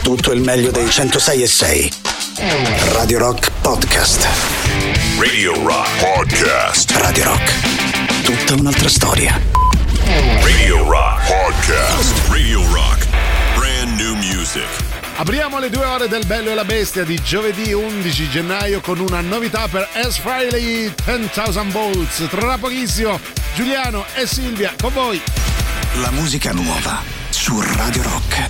tutto il meglio dei 106.6. Radio Rock Podcast. Radio Rock Podcast. Radio Rock, tutta un'altra storia. Radio Rock Podcast. Radio Rock, brand new music. Apriamo le 2 ore del Bello e la Bestia di giovedì 11 gennaio con una novità per Ace Frehley, 10,000 Volts. Tra pochissimo Giuliano e Silvia con voi. La musica nuova su Radio Rock.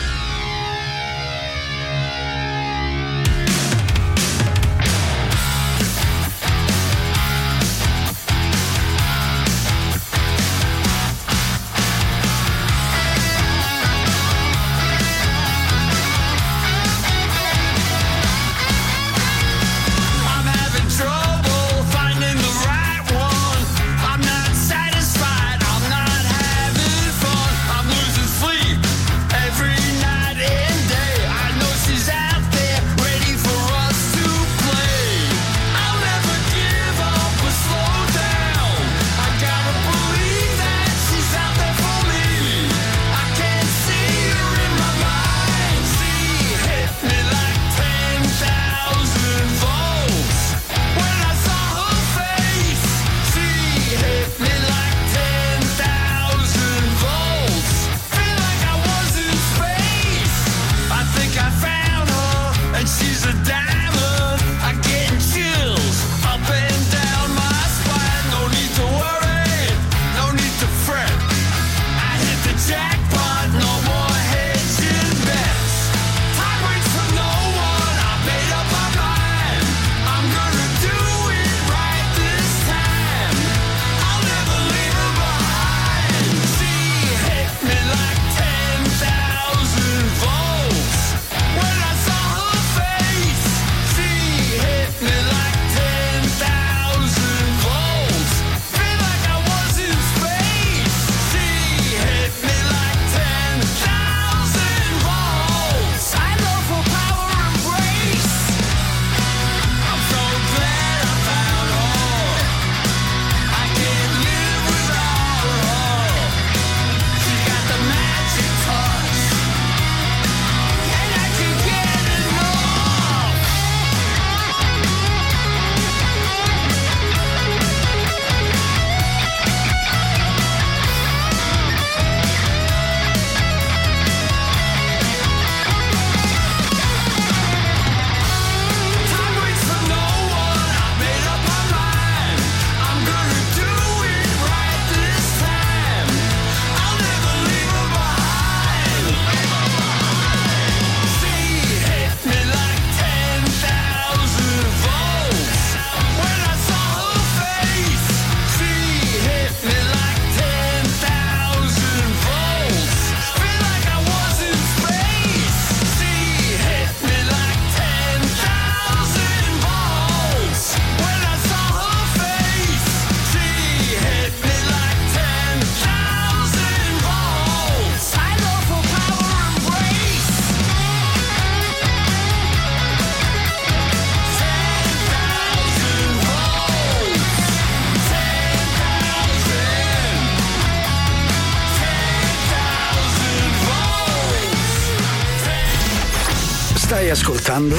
Stai ascoltando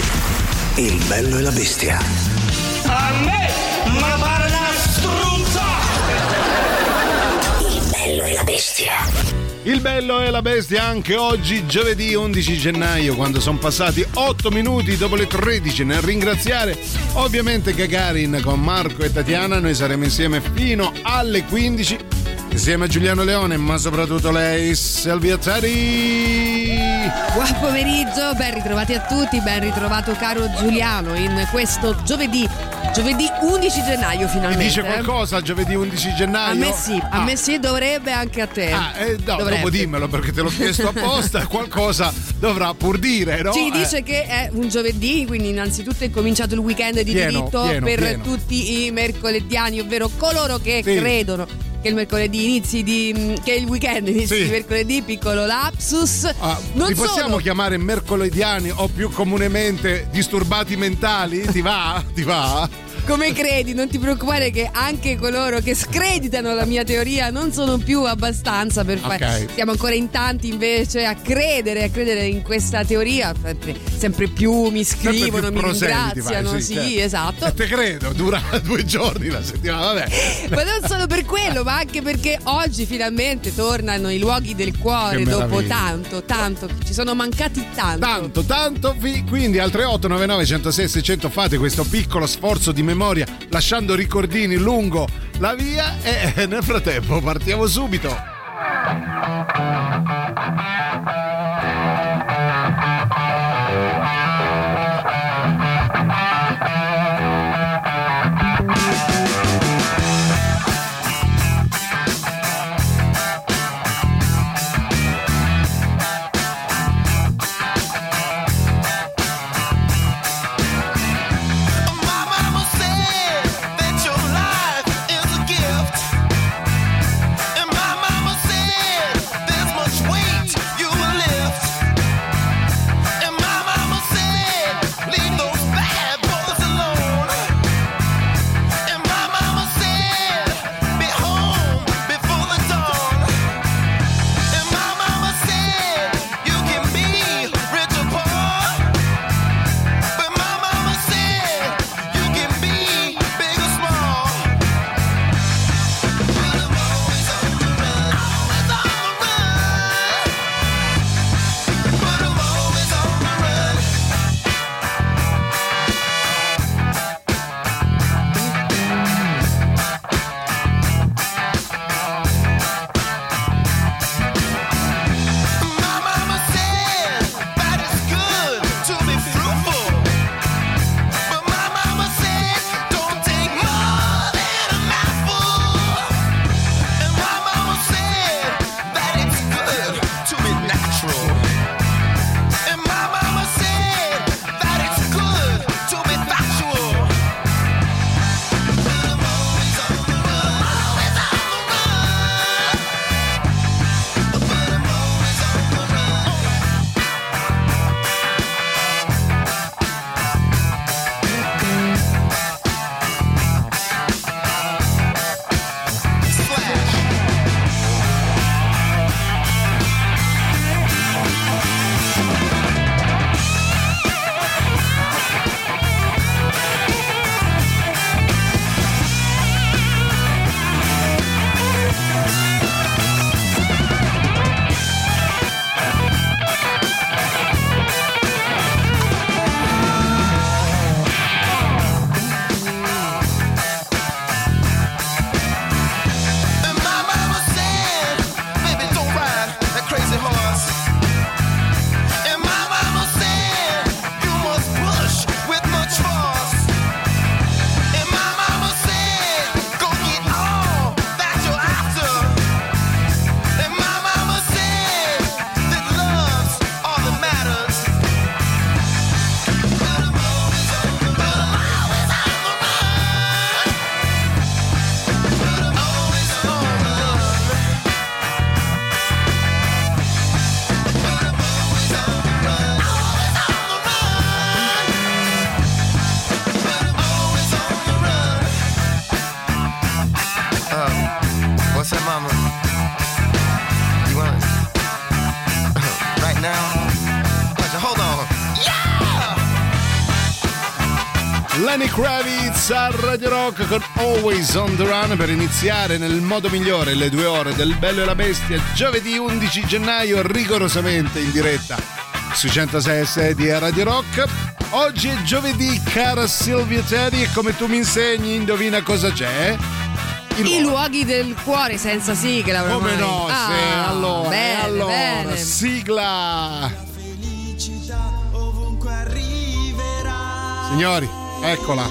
Il Bello e la Bestia. A me, ma pare una struzza! Il Bello e la Bestia. Il Bello e la Bestia anche oggi, giovedì 11 gennaio, quando sono passati 8 minuti dopo le 13. Nel ringraziare ovviamente Gagarin con Marco e Tatiana, noi saremo insieme fino alle 15, insieme a Giuliano Leone, ma soprattutto lei, Silvia Tari. Buon pomeriggio, ben ritrovati a tutti, ben ritrovato caro Giuliano in questo giovedì 11 gennaio finalmente. Mi dice qualcosa giovedì 11 gennaio? A me sì, dovrebbe anche a te. No, dopo dimmelo perché te l'ho chiesto apposta, qualcosa dovrà pur dire, no? Ci dice che è un giovedì, quindi innanzitutto è cominciato il weekend di diritto per tutti i mercolediani, ovvero coloro che credono che il mercoledì che il weekend inizi di mercoledì, piccolo lapsus. Li possiamo chiamare mercolediani o più comunemente disturbati mentali? Ti va? come credi, non ti preoccupare che anche coloro che screditano la mia teoria non sono più abbastanza per fare. Siamo ancora in tanti invece a credere in questa teoria, sempre più mi scrivono, mi ringraziano, sì, esatto. E te credo, dura 2 giorni la settimana, vabbè. Ma non solo per quello, ma anche perché oggi finalmente tornano i luoghi del cuore dopo tanto, ci sono mancati tanto, quindi al 3899 106 600 fate questo piccolo sforzo di memoria lasciando ricordini lungo la via e nel frattempo partiamo subito. Lenny Kravitz a Radio Rock con Always on the Run per iniziare nel modo migliore le 2 ore del Bello e la Bestia, giovedì 11 gennaio, rigorosamente in diretta su 106.6 di Radio Rock. Oggi è giovedì, cara Silvia Teddy, e come tu mi insegni, indovina cosa c'è? I luoghi del cuore senza sigla. Come no? Allora, bene. Sigla. Signori, eccola.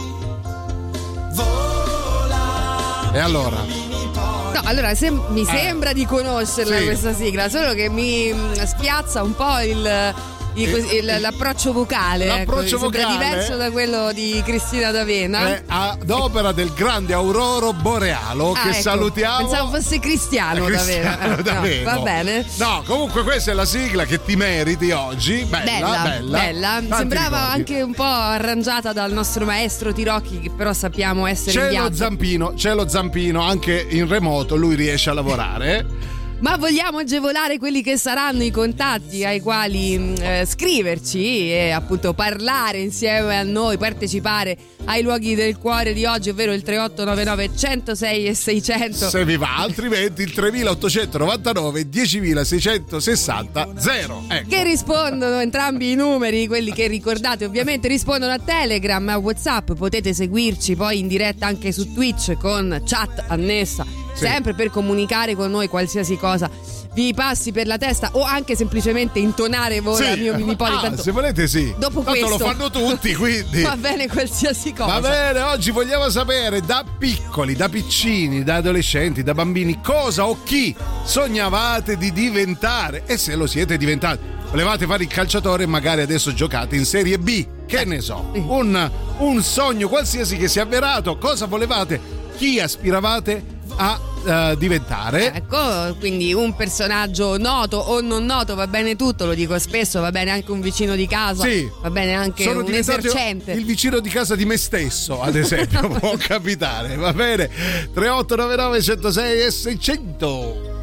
E allora? No, allora mi sembra di conoscerla questa sigla, solo che mi spiazza un po' l'approccio vocale. L'approccio vocale diverso da quello di Cristina D'Avena. Ad opera del grande Aurora Borealo, che salutiamo. Pensavo fosse Cristiano D'Avena. No, va bene. No, comunque questa è la sigla che ti meriti oggi. Bella. Sembrava anche un po' arrangiata dal nostro maestro Tirocchi, che però sappiamo essere in viaggio. C'è lo Zampino, anche in remoto lui riesce a lavorare. Ma vogliamo agevolare quelli che saranno i contatti ai quali scriverci e appunto parlare insieme a noi, partecipare ai luoghi del cuore di oggi, ovvero il 3899 106 e 600. Se vi va, altrimenti il 3899 10660 0. Ecco. Che rispondono entrambi i numeri, quelli che ricordate ovviamente rispondono a Telegram, a WhatsApp, potete seguirci poi in diretta anche su Twitch con chat annessa. Sempre per comunicare con noi qualsiasi cosa vi passi per la testa, o anche semplicemente intonare voi a mio nipote. Se volete dopo questo lo fanno tutti, quindi va bene qualsiasi cosa. Va bene, oggi vogliamo sapere da piccoli, da piccini, da adolescenti, da bambini, cosa o chi sognavate di diventare, e se lo siete diventati. Volevate fare il calciatore e magari adesso giocate in Serie B, che ne so, un sogno qualsiasi che sia avverato. Cosa volevate? Chi aspiravate a diventare? Ecco, quindi un personaggio noto o non noto, va bene tutto, lo dico spesso, va bene anche un vicino di casa, va bene anche un esercente. Il vicino di casa di me stesso, ad esempio, può capitare, va bene? 3899 106 e 600.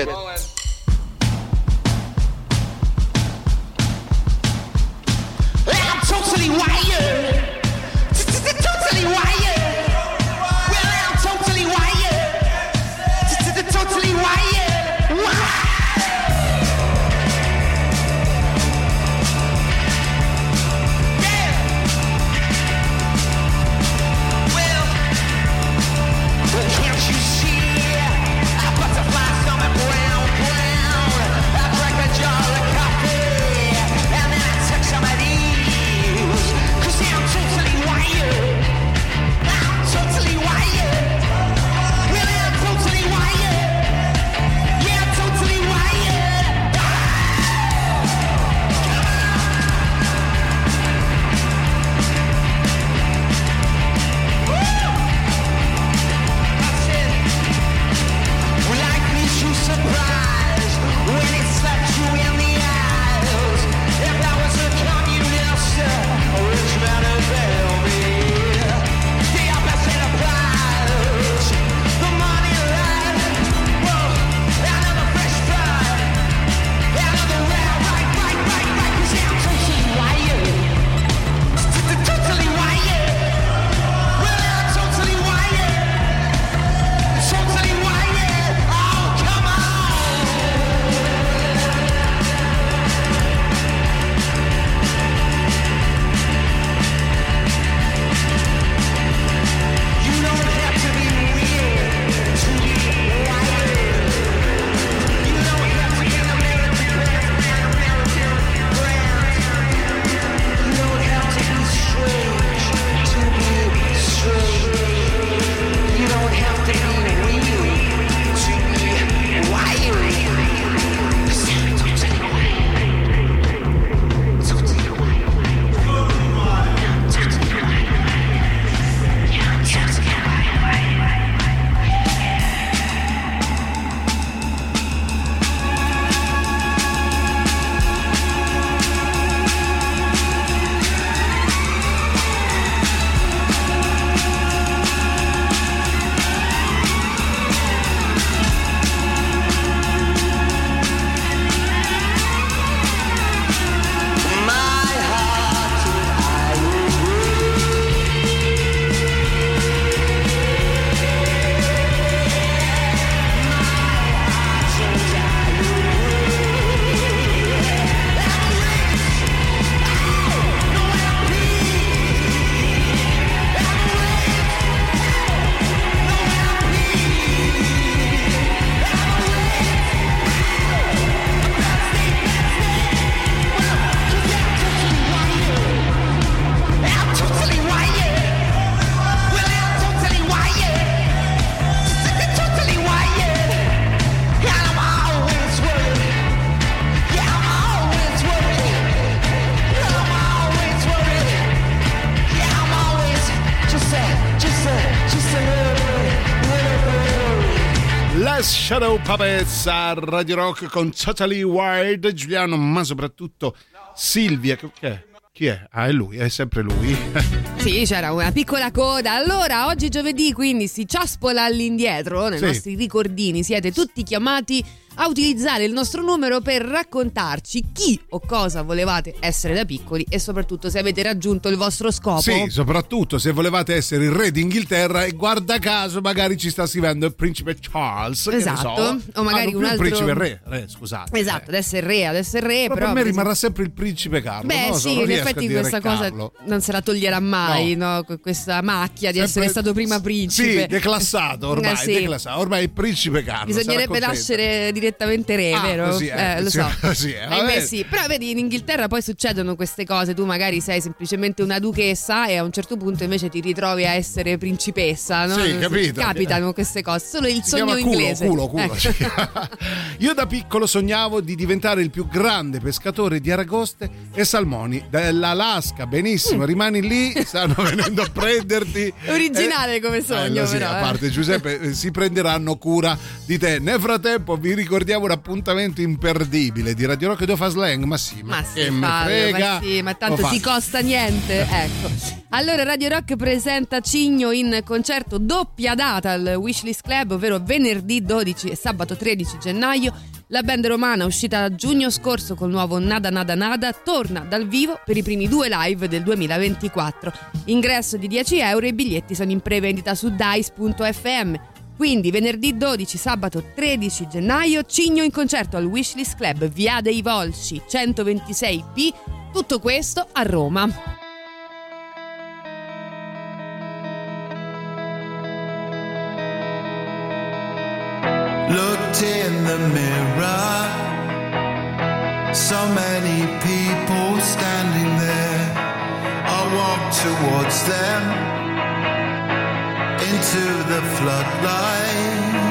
I'm totally wired. Totally wired. Totally wired. Yeah. Well, can't you see a butterfly on my brown Shadow Puppets a Radio Rock con Totally Wired, Giuliano, ma soprattutto Silvia. Chi è? Ah, è lui, è sempre lui. Sì, c'era una piccola coda. Allora, oggi giovedì, quindi si ciaspola all'indietro nei nostri ricordini. Siete tutti chiamati a utilizzare il nostro numero per raccontarci chi o cosa volevate essere da piccoli e soprattutto se avete raggiunto il vostro scopo. Sì, soprattutto se volevate essere il re d'Inghilterra e guarda caso magari ci sta scrivendo il principe Charles. Esatto, che ne so. o magari un altro... il principe re, scusate. Esatto, adesso è re, però per me rimarrà sempre il principe Carlo. Beh, no? sì, in effetti questa cosa non se la toglierà mai, no? Questa macchia di essere stato prima principe. Sì, declassato ormai, declassato. Ormai il principe Carlo. Bisognerebbe nascere direttamente re, vero? Così lo so. Così sì. Però vedi, in Inghilterra poi succedono queste cose. Tu magari sei semplicemente una duchessa e a un certo punto invece ti ritrovi a essere principessa, no? Sì, capito. Capitano queste cose. Solo il sogno inglese. Culo. Ecco. Io da piccolo sognavo di diventare il più grande pescatore di aragoste e salmoni dell'Alaska. Benissimo, rimani lì, stanno venendo a prenderti. Originale come sogno, sì, però. A parte Giuseppe, si prenderanno cura di te. Nel frattempo vi ricordiamo un appuntamento imperdibile di Radio Rock dove fa slang. Ma sì, che me frega. Ma tanto ti costa niente. Ecco. Allora Radio Rock presenta Cigno in concerto doppia data al Wishlist Club, ovvero venerdì 12 e sabato 13 gennaio. La band romana, uscita a giugno scorso col nuovo Nada Nada Nada, torna dal vivo per i primi 2 live del 2024. Ingresso di €10 e i biglietti sono in prevendita su dice.fm. Quindi venerdì 12, sabato 13 gennaio, Cigno in concerto al Wishlist Club, via dei Volsci 126B. Tutto questo a Roma. Looked in the mirror, so many people standing there. I walked towards them, into the floodlights.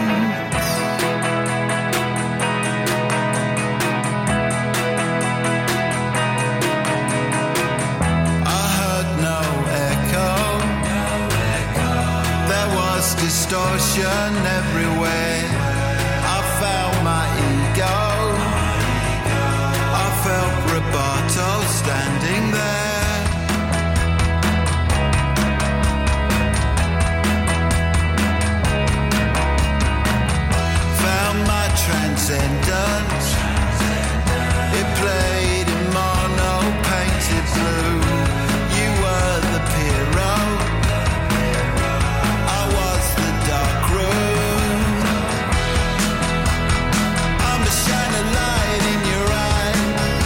I heard no echo, there was distortion everywhere. Felt my ego, I felt Roberto standing there. Found my transcendence, it played in mono painted blue. You were the hero, I was the dark room. Shine a light in your eye.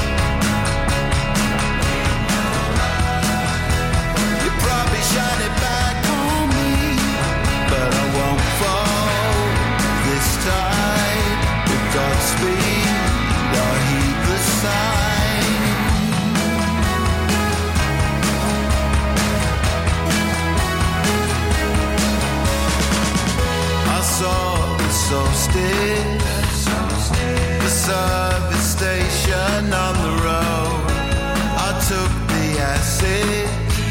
You probably shine it back on me, but I won't fall this time. With Godspeed, I'll heed the sign. I saw the solstice, the service station on the road. I took the acid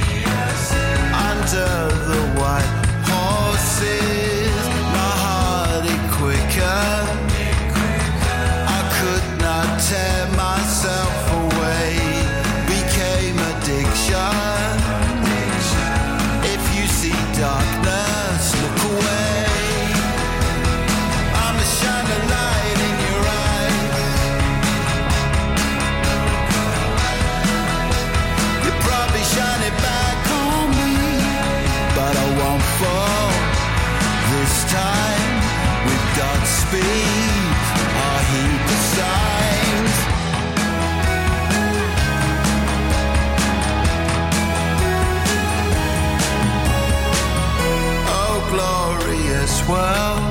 under the white horses. My heart it quicker, I could not tear myself away. Became addiction. If you see darkness, look away. I'm a shining light in your eyes. You probably shine it back on me, but I won't fall this time. With Godspeed, I'll heed the signs. Oh, glorious world.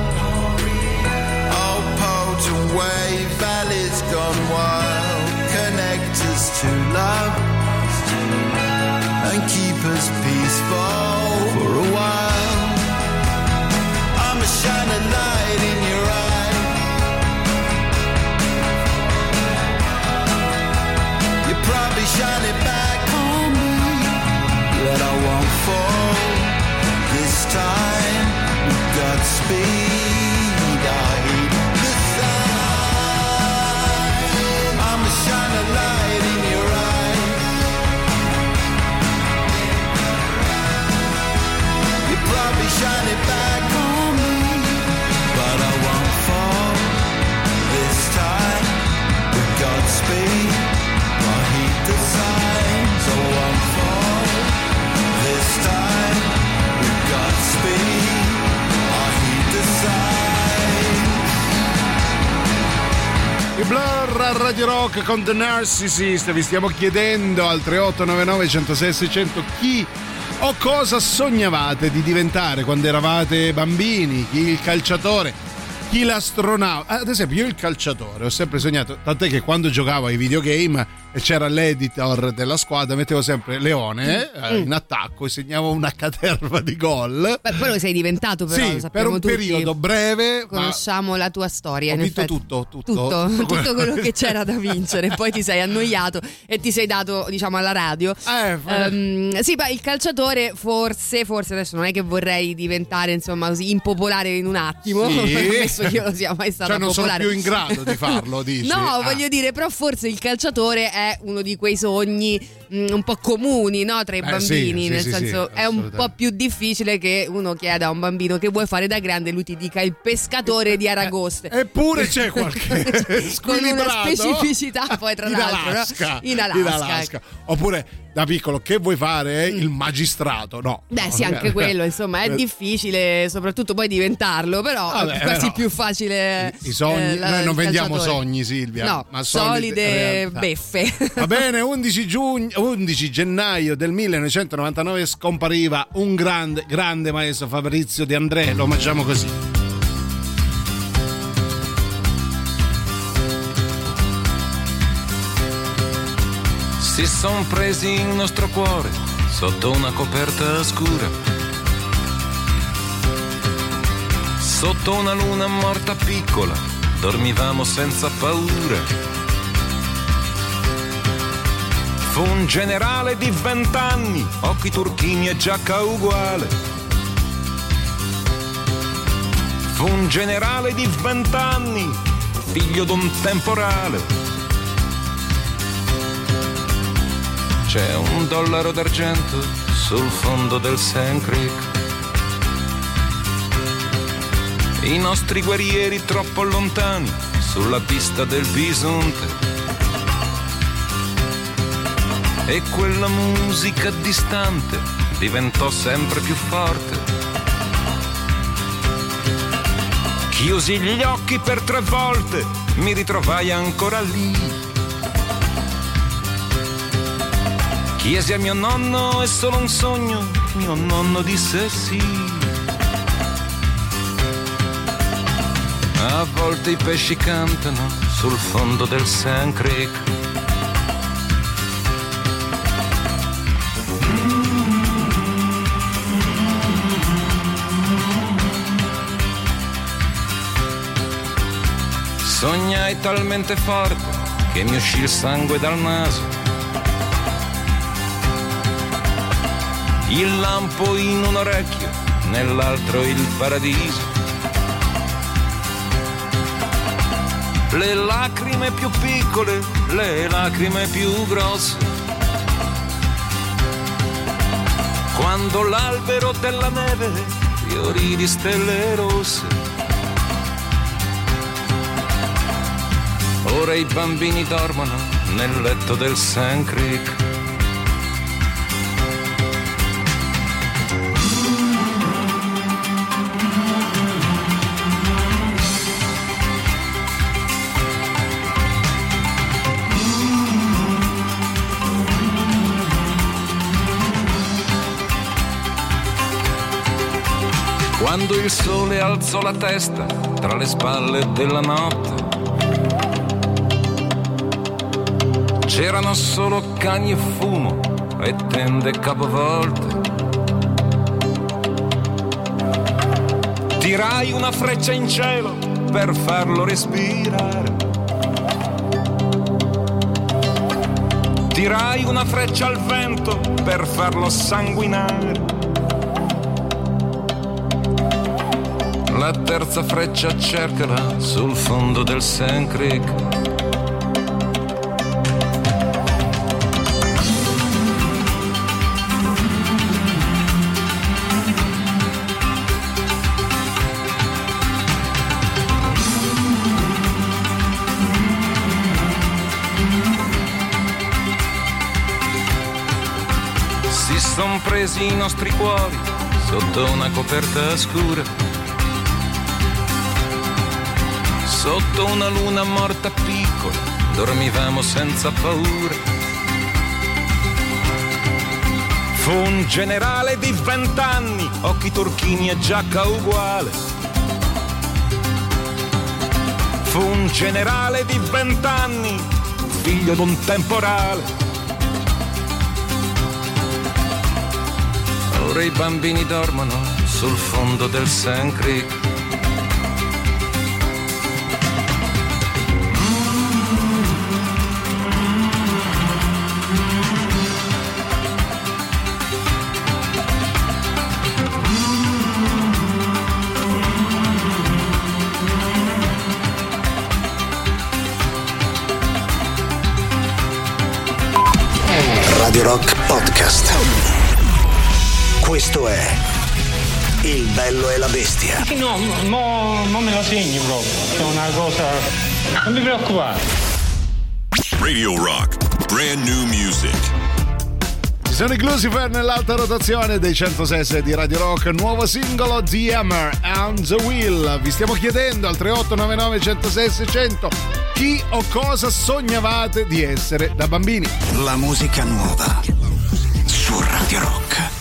Away, valleys gone wild, connect us to love and keep us peaceful for a while. I'm a shining light in your eye. You probably shine it back on me, but I won't fall this time. With Godspeed, I hear Radio Rock con The Narcissist. Vi stiamo chiedendo al 3899 106 600 chi o cosa sognavate di diventare quando eravate bambini, chi il calciatore, chi l'astronauta. Ad esempio io il calciatore ho sempre sognato, tant'è che quando giocavo ai videogame e c'era l'editor della squadra, mettevo sempre Leone in attacco e segnavo una caterva di gol. Beh, poi lo sei diventato, però sì, per un tutti. Periodo breve. Conosciamo la tua storia. Ho vinto tutto quello che c'era da vincere. Poi ti sei annoiato e ti sei dato, diciamo, alla radio. Sì, ma il calciatore forse adesso non è che vorrei diventare, insomma, così impopolare in un attimo. Sì. Penso che io non sia mai stato non popolare. Sono più in grado di farlo, dici? No, voglio dire, però forse il calciatore è uno di quei sogni un po' comuni, no, tra i bambini, nel senso è un po' più difficile che uno chieda a un bambino che vuoi fare da grande, lui ti dica il pescatore di Aragoste. Eppure c'è qualche con una specificità poi tra l'altro in Alaska. Oppure da piccolo che vuoi fare? Il magistrato, no? Beh, sì, anche quello, insomma, è difficile, soprattutto poi diventarlo, però è quasi più facile. I sogni, noi non vendiamo sogni, Silvia, no, ma solide beffe. Va bene, 11 gennaio del 1999 scompariva un grande maestro, Fabrizio De André, lo mangiamo così. Si son presi il nostro cuore sotto una coperta scura, sotto una luna morta piccola, dormivamo senza paura. Fu un generale di 20 anni, occhi turchini e giacca uguale. Fu un generale di 20 anni, figlio d'un temporale. C'è $1 d'argento sul fondo del Sand Creek. I nostri guerrieri troppo lontani sulla pista del bisonte. E quella musica distante diventò sempre più forte. Chiusi gli occhi per 3 volte, mi ritrovai ancora lì. Chiesi a mio nonno, è solo un sogno, mio nonno disse sì. A volte i pesci cantano sul fondo del Sand Creek. Sognai talmente forte che mi uscì il sangue dal naso. Il lampo in un orecchio, nell'altro il paradiso. Le lacrime più piccole, le lacrime più grosse. Quando l'albero della neve fiorì di stelle rosse. Ora i bambini dormono nel letto del Sand Creek. Quando il sole alzò la testa tra le spalle della notte, c'erano solo cani e fumo e tende capovolte. Tirai una freccia in cielo per farlo respirare. Tirai una freccia al vento per farlo sanguinare. La terza freccia cercala sul fondo del Sand Creek. Si son presi i nostri cuori sotto una coperta scura, sotto una luna morta piccola, dormivamo senza paura. Fu un generale di 20 anni, occhi turchini e giacca uguale. Fu un generale di 20 anni, figlio d'un temporale. Ora i bambini dormono sul fondo del Sand Creek. Radio Rock Podcast. Questo è Il Bello e la Bestia. No, non me la segni proprio. È una cosa. Non mi preoccupare. Radio Rock, brand new music. Ci sono i Lucifer nell'alta rotazione dei 106 di Radio Rock, nuovo singolo The Hammer and the Wheel. Vi stiamo chiedendo al 3899 106 600 chi o cosa sognavate di essere da bambini. La musica nuova su Radio Rock.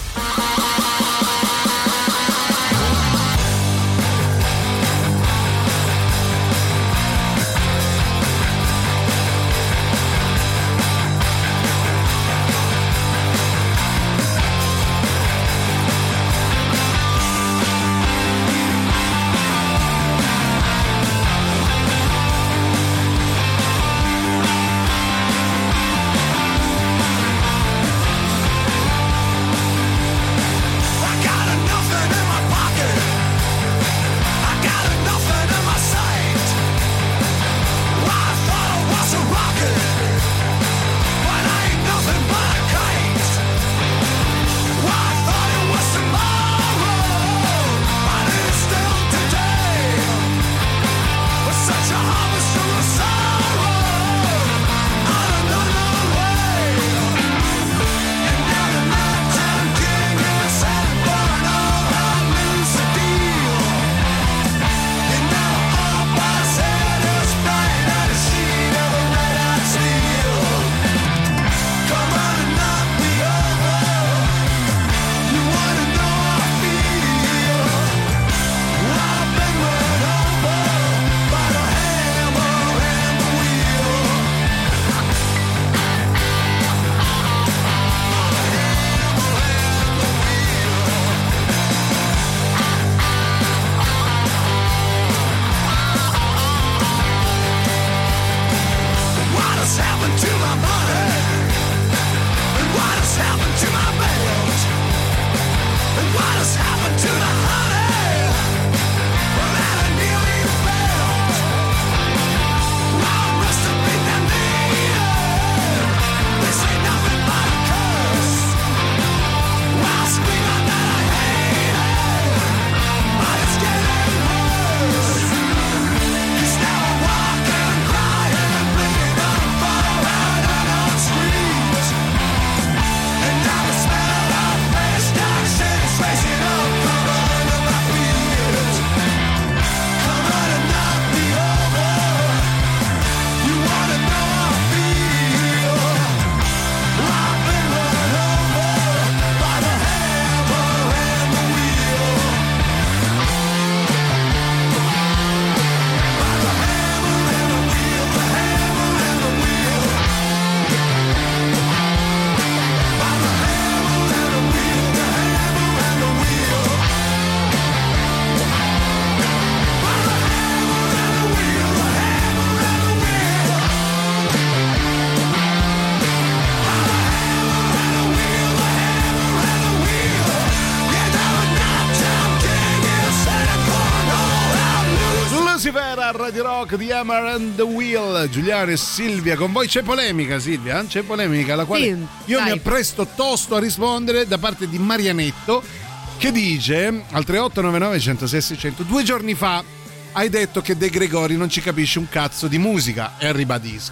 Radio Rock, The Hammer and the Wheel. Giuliano e Silvia, con voi c'è polemica, Silvia? C'è polemica alla quale io mi appresto tosto a rispondere da parte di Marianetto, che dice al 3899 106 600: 2 giorni fa hai detto che De Gregori non ci capisce un cazzo di musica, e ribadisco,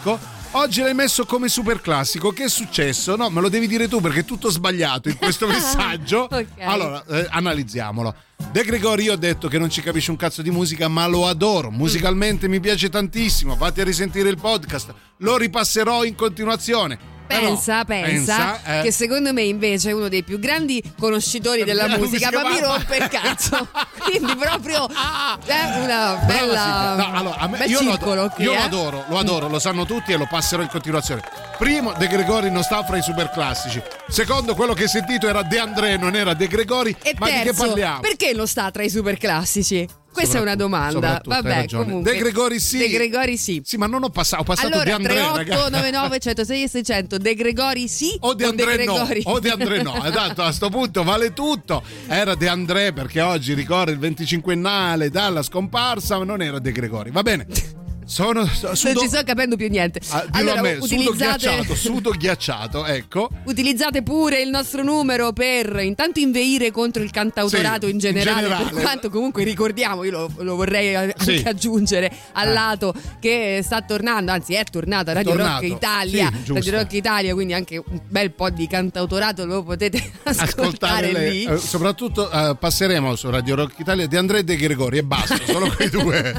Oggi l'hai messo come super classico. Che è successo? No, me lo devi dire tu perché è tutto sbagliato in questo messaggio. Okay. Allora, analizziamolo. De Gregori, io ho detto che non ci capisce un cazzo di musica, ma lo adoro. Musicalmente mi piace tantissimo. Fatti a risentire il podcast, lo ripasserò in continuazione. Pensa che secondo me invece è uno dei più grandi conoscitori della musica, ma mi rompe il cazzo. Quindi proprio è una bella bel circolo. Io lo adoro, lo sanno tutti e lo passerò in continuazione. Primo, De Gregori non sta fra i super classici. Secondo, quello che hai sentito era De André, non era De Gregori. E ma terzo, di che parliamo? Perché non sta tra i super classici? Questa è una domanda. Vabbè, comunque. De Gregori sì. De Gregori sì. Sì, ma non ho passato allora, De André, 3899 106 e 600. De Gregori sì o De André no. O De André no. Esatto, a sto punto vale tutto. Era De André perché oggi ricorre il 25ennale dalla scomparsa, ma non era De Gregori. Va bene. Non ci sto capendo più niente. Dillo a me, sudo ghiacciato, ecco. Utilizzate pure il nostro numero per intanto inveire contro il cantautorato in generale, per quanto comunque ricordiamo, io lo vorrei anche aggiungere al lato che sta tornando, anzi è tornata Radio Rock Italia, Radio Rock Italia, quindi anche un bel po' di cantautorato lo potete ascoltare lì. Soprattutto passeremo su Radio Rock Italia di André De Gregori e basta, solo quei due.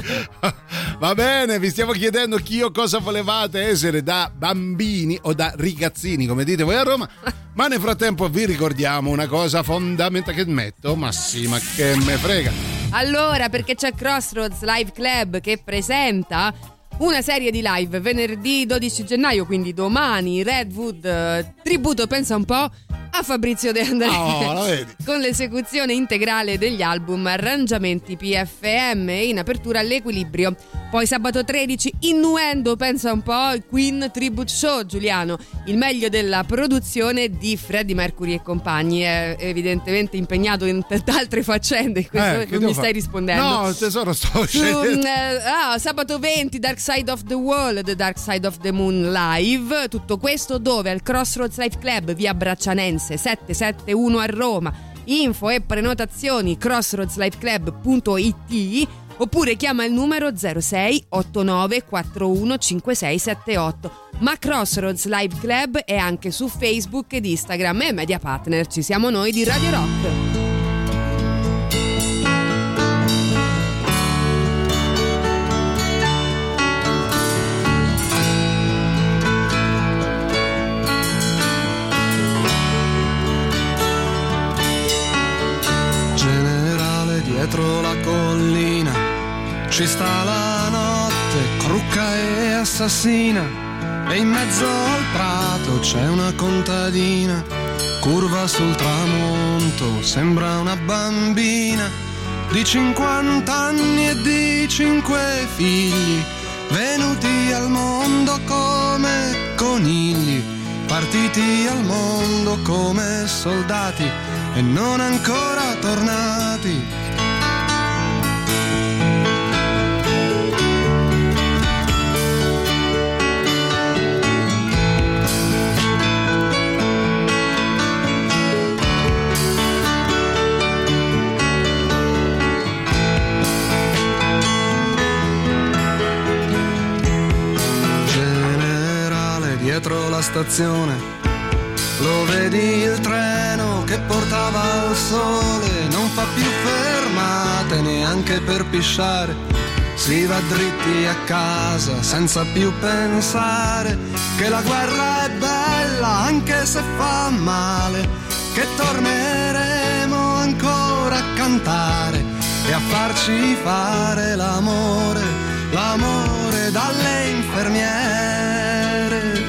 Va bene. Vi stiamo chiedendo chi o cosa volevate essere da bambini o da ragazzini, come dite voi a Roma. Ma nel frattempo vi ricordiamo una cosa fondamentale che metto. Ma sì, ma che me frega. Allora, perché c'è Crossroads Live Club che presenta una serie di live venerdì 12 gennaio, quindi domani, Redwood, tributo, pensa un po', a Fabrizio De André, con l'esecuzione integrale degli album Arrangiamenti PFM in apertura all'Equilibrio. Poi sabato 13 Innuendo, pensa un po', Queen Tribute Show, Giuliano, il meglio della produzione di Freddie Mercury e compagni. È evidentemente impegnato in altre faccende, questo non mi stai rispondendo. No, tesoro, sto scegliendo. Sabato 20 Dark Side of the Wall, The Dark Side of the Moon Live, tutto questo dove? Al Crossroads Live Club, via Braccianense 771 a Roma. Info e prenotazioni crossroadsliveclub.it oppure chiama il numero 06 89 41 5678. Ma Crossroads Live Club è anche su Facebook ed Instagram e Media Partner. Ci siamo noi di Radio Rock. Dietro la collina ci sta la notte, crucca e assassina, e in mezzo al prato c'è una contadina, curva sul tramonto, sembra una bambina di 50 anni e di 5 figli, venuti al mondo come conigli, partiti al mondo come soldati e non ancora tornati. Dietro la stazione lo vedi il treno che portava al sole, non fa più fermate neanche per pisciare, si va dritti a casa senza più pensare che la guerra è bella anche se fa male, che torneremo ancora a cantare e a farci fare l'amore, l'amore dalle infermiere.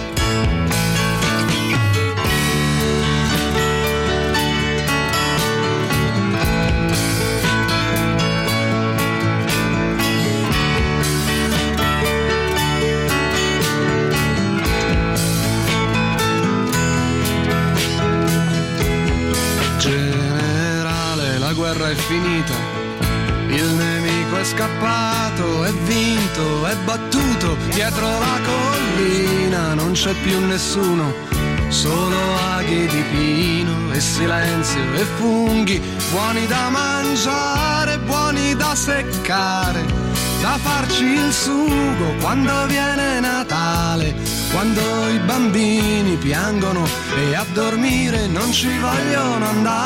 La guerra è finita, il nemico è scappato, è vinto, è battuto, dietro la collina non c'è più nessuno, solo laghi di pino e silenzio e funghi, buoni da mangiare, buoni da seccare, da farci il sugo quando viene Natale, quando i bambini piangono e a dormire non ci vogliono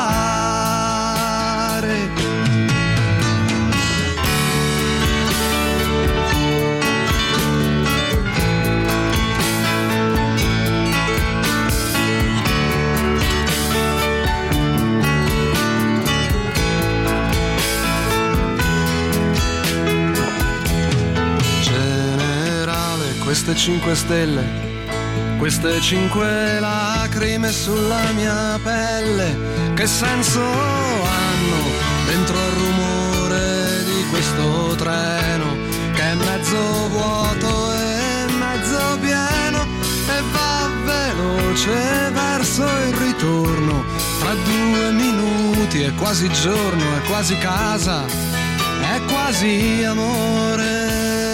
andare. Queste 5 stelle, queste 5 lacrime sulla mia pelle, che senso hanno dentro al rumore di questo treno che è mezzo vuoto e mezzo pieno e va veloce verso il ritorno? Tra 2 minuti è quasi giorno, è quasi casa, è quasi amore.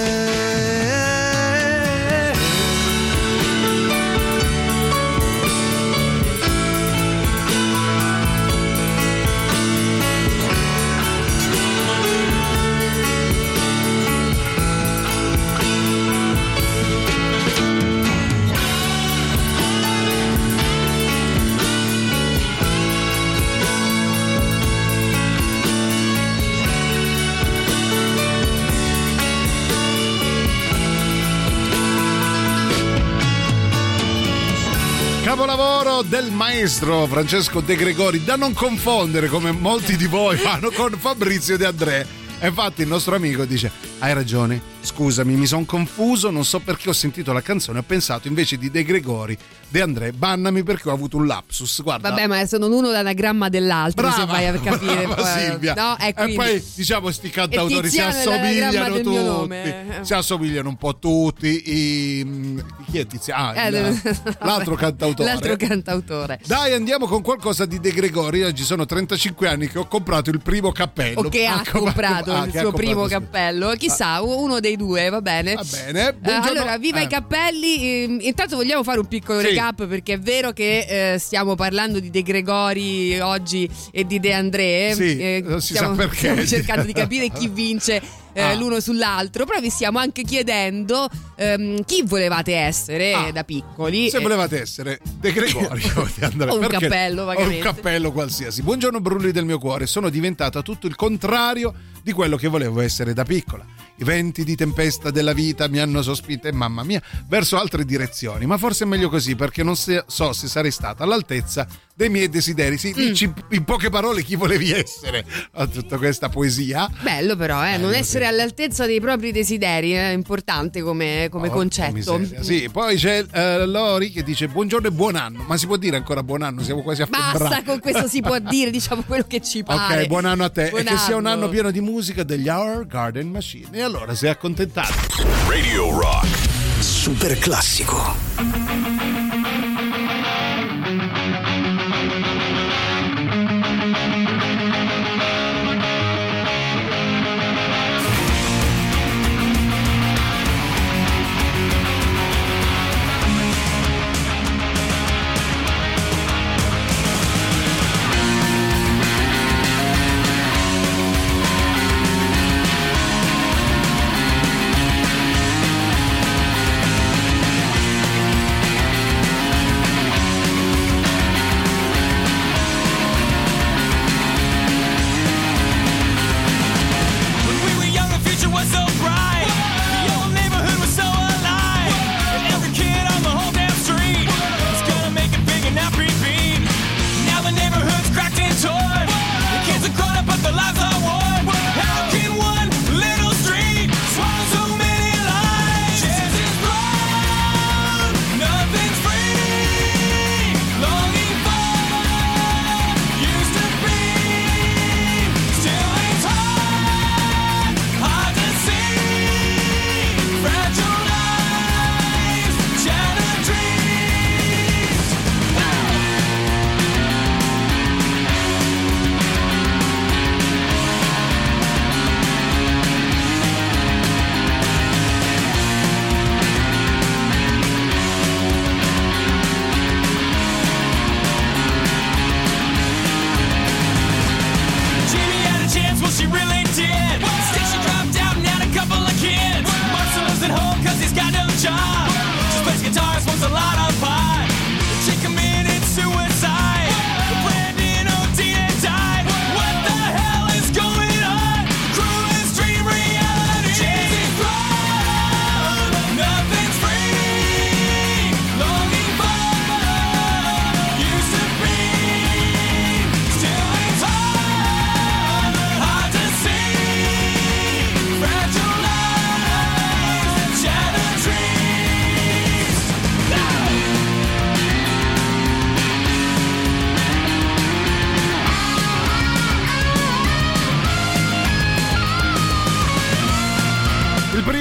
Capolavoro del maestro Francesco De Gregori, da non confondere come molti di voi fanno con Fabrizio De André. E infatti il nostro amico dice: hai ragione, scusami, mi sono confuso, non so perché ho sentito la canzone, ho pensato invece di De Gregori, De André, bannami perché ho avuto un lapsus. Guarda. Vabbè, ma sono l'uno l'anagramma dell'altro, brava, se vai a capire. Brava, poi, Silvia. No? E poi diciamo sti cantautori si assomigliano tutti, si assomigliano un po' tutti. Chi è Tiziano? L'altro cantautore. L'altro cantautore. Dai, andiamo con qualcosa di De Gregori. Oggi sono 35 anni che ho comprato il primo cappello. O che ha comprato il suo primo cappello. Chissà, uno dei due, va bene? Va bene. Allora, viva i cappelli. Intanto vogliamo fare un piccolo recap, perché è vero che stiamo parlando di De Gregori oggi e di De André. Sì, non si sa perché. Stiamo cercando di capire chi vince l'uno sull'altro, però vi stiamo anche chiedendo chi volevate essere da piccoli. Se volevate essere De Gregori o De André, o un cappello, vagamente. O un cappello qualsiasi. Buongiorno Brulli del mio cuore, sono diventata tutto il contrario di quello che volevo essere da piccola. I venti di tempesta della vita mi hanno sospinta, mamma mia, verso altre direzioni, ma forse è meglio così, perché non so se sarei stata all'altezza dei miei desideri. Sì, dici in poche parole chi volevi essere a tutta questa poesia. Bello però, non essere all'altezza dei propri desideri è importante come concetto. Miseria. Sì, poi c'è Lori che dice buongiorno e buon anno, ma si può dire ancora buon anno? Siamo quasi a febbraio. Basta con questo, si può dire, diciamo quello che ci pare. Ok, buon anno a te, buon e che sia un anno pieno di musica degli Our Garden Machine. E allora sei accontentato. Radio Rock Super classico.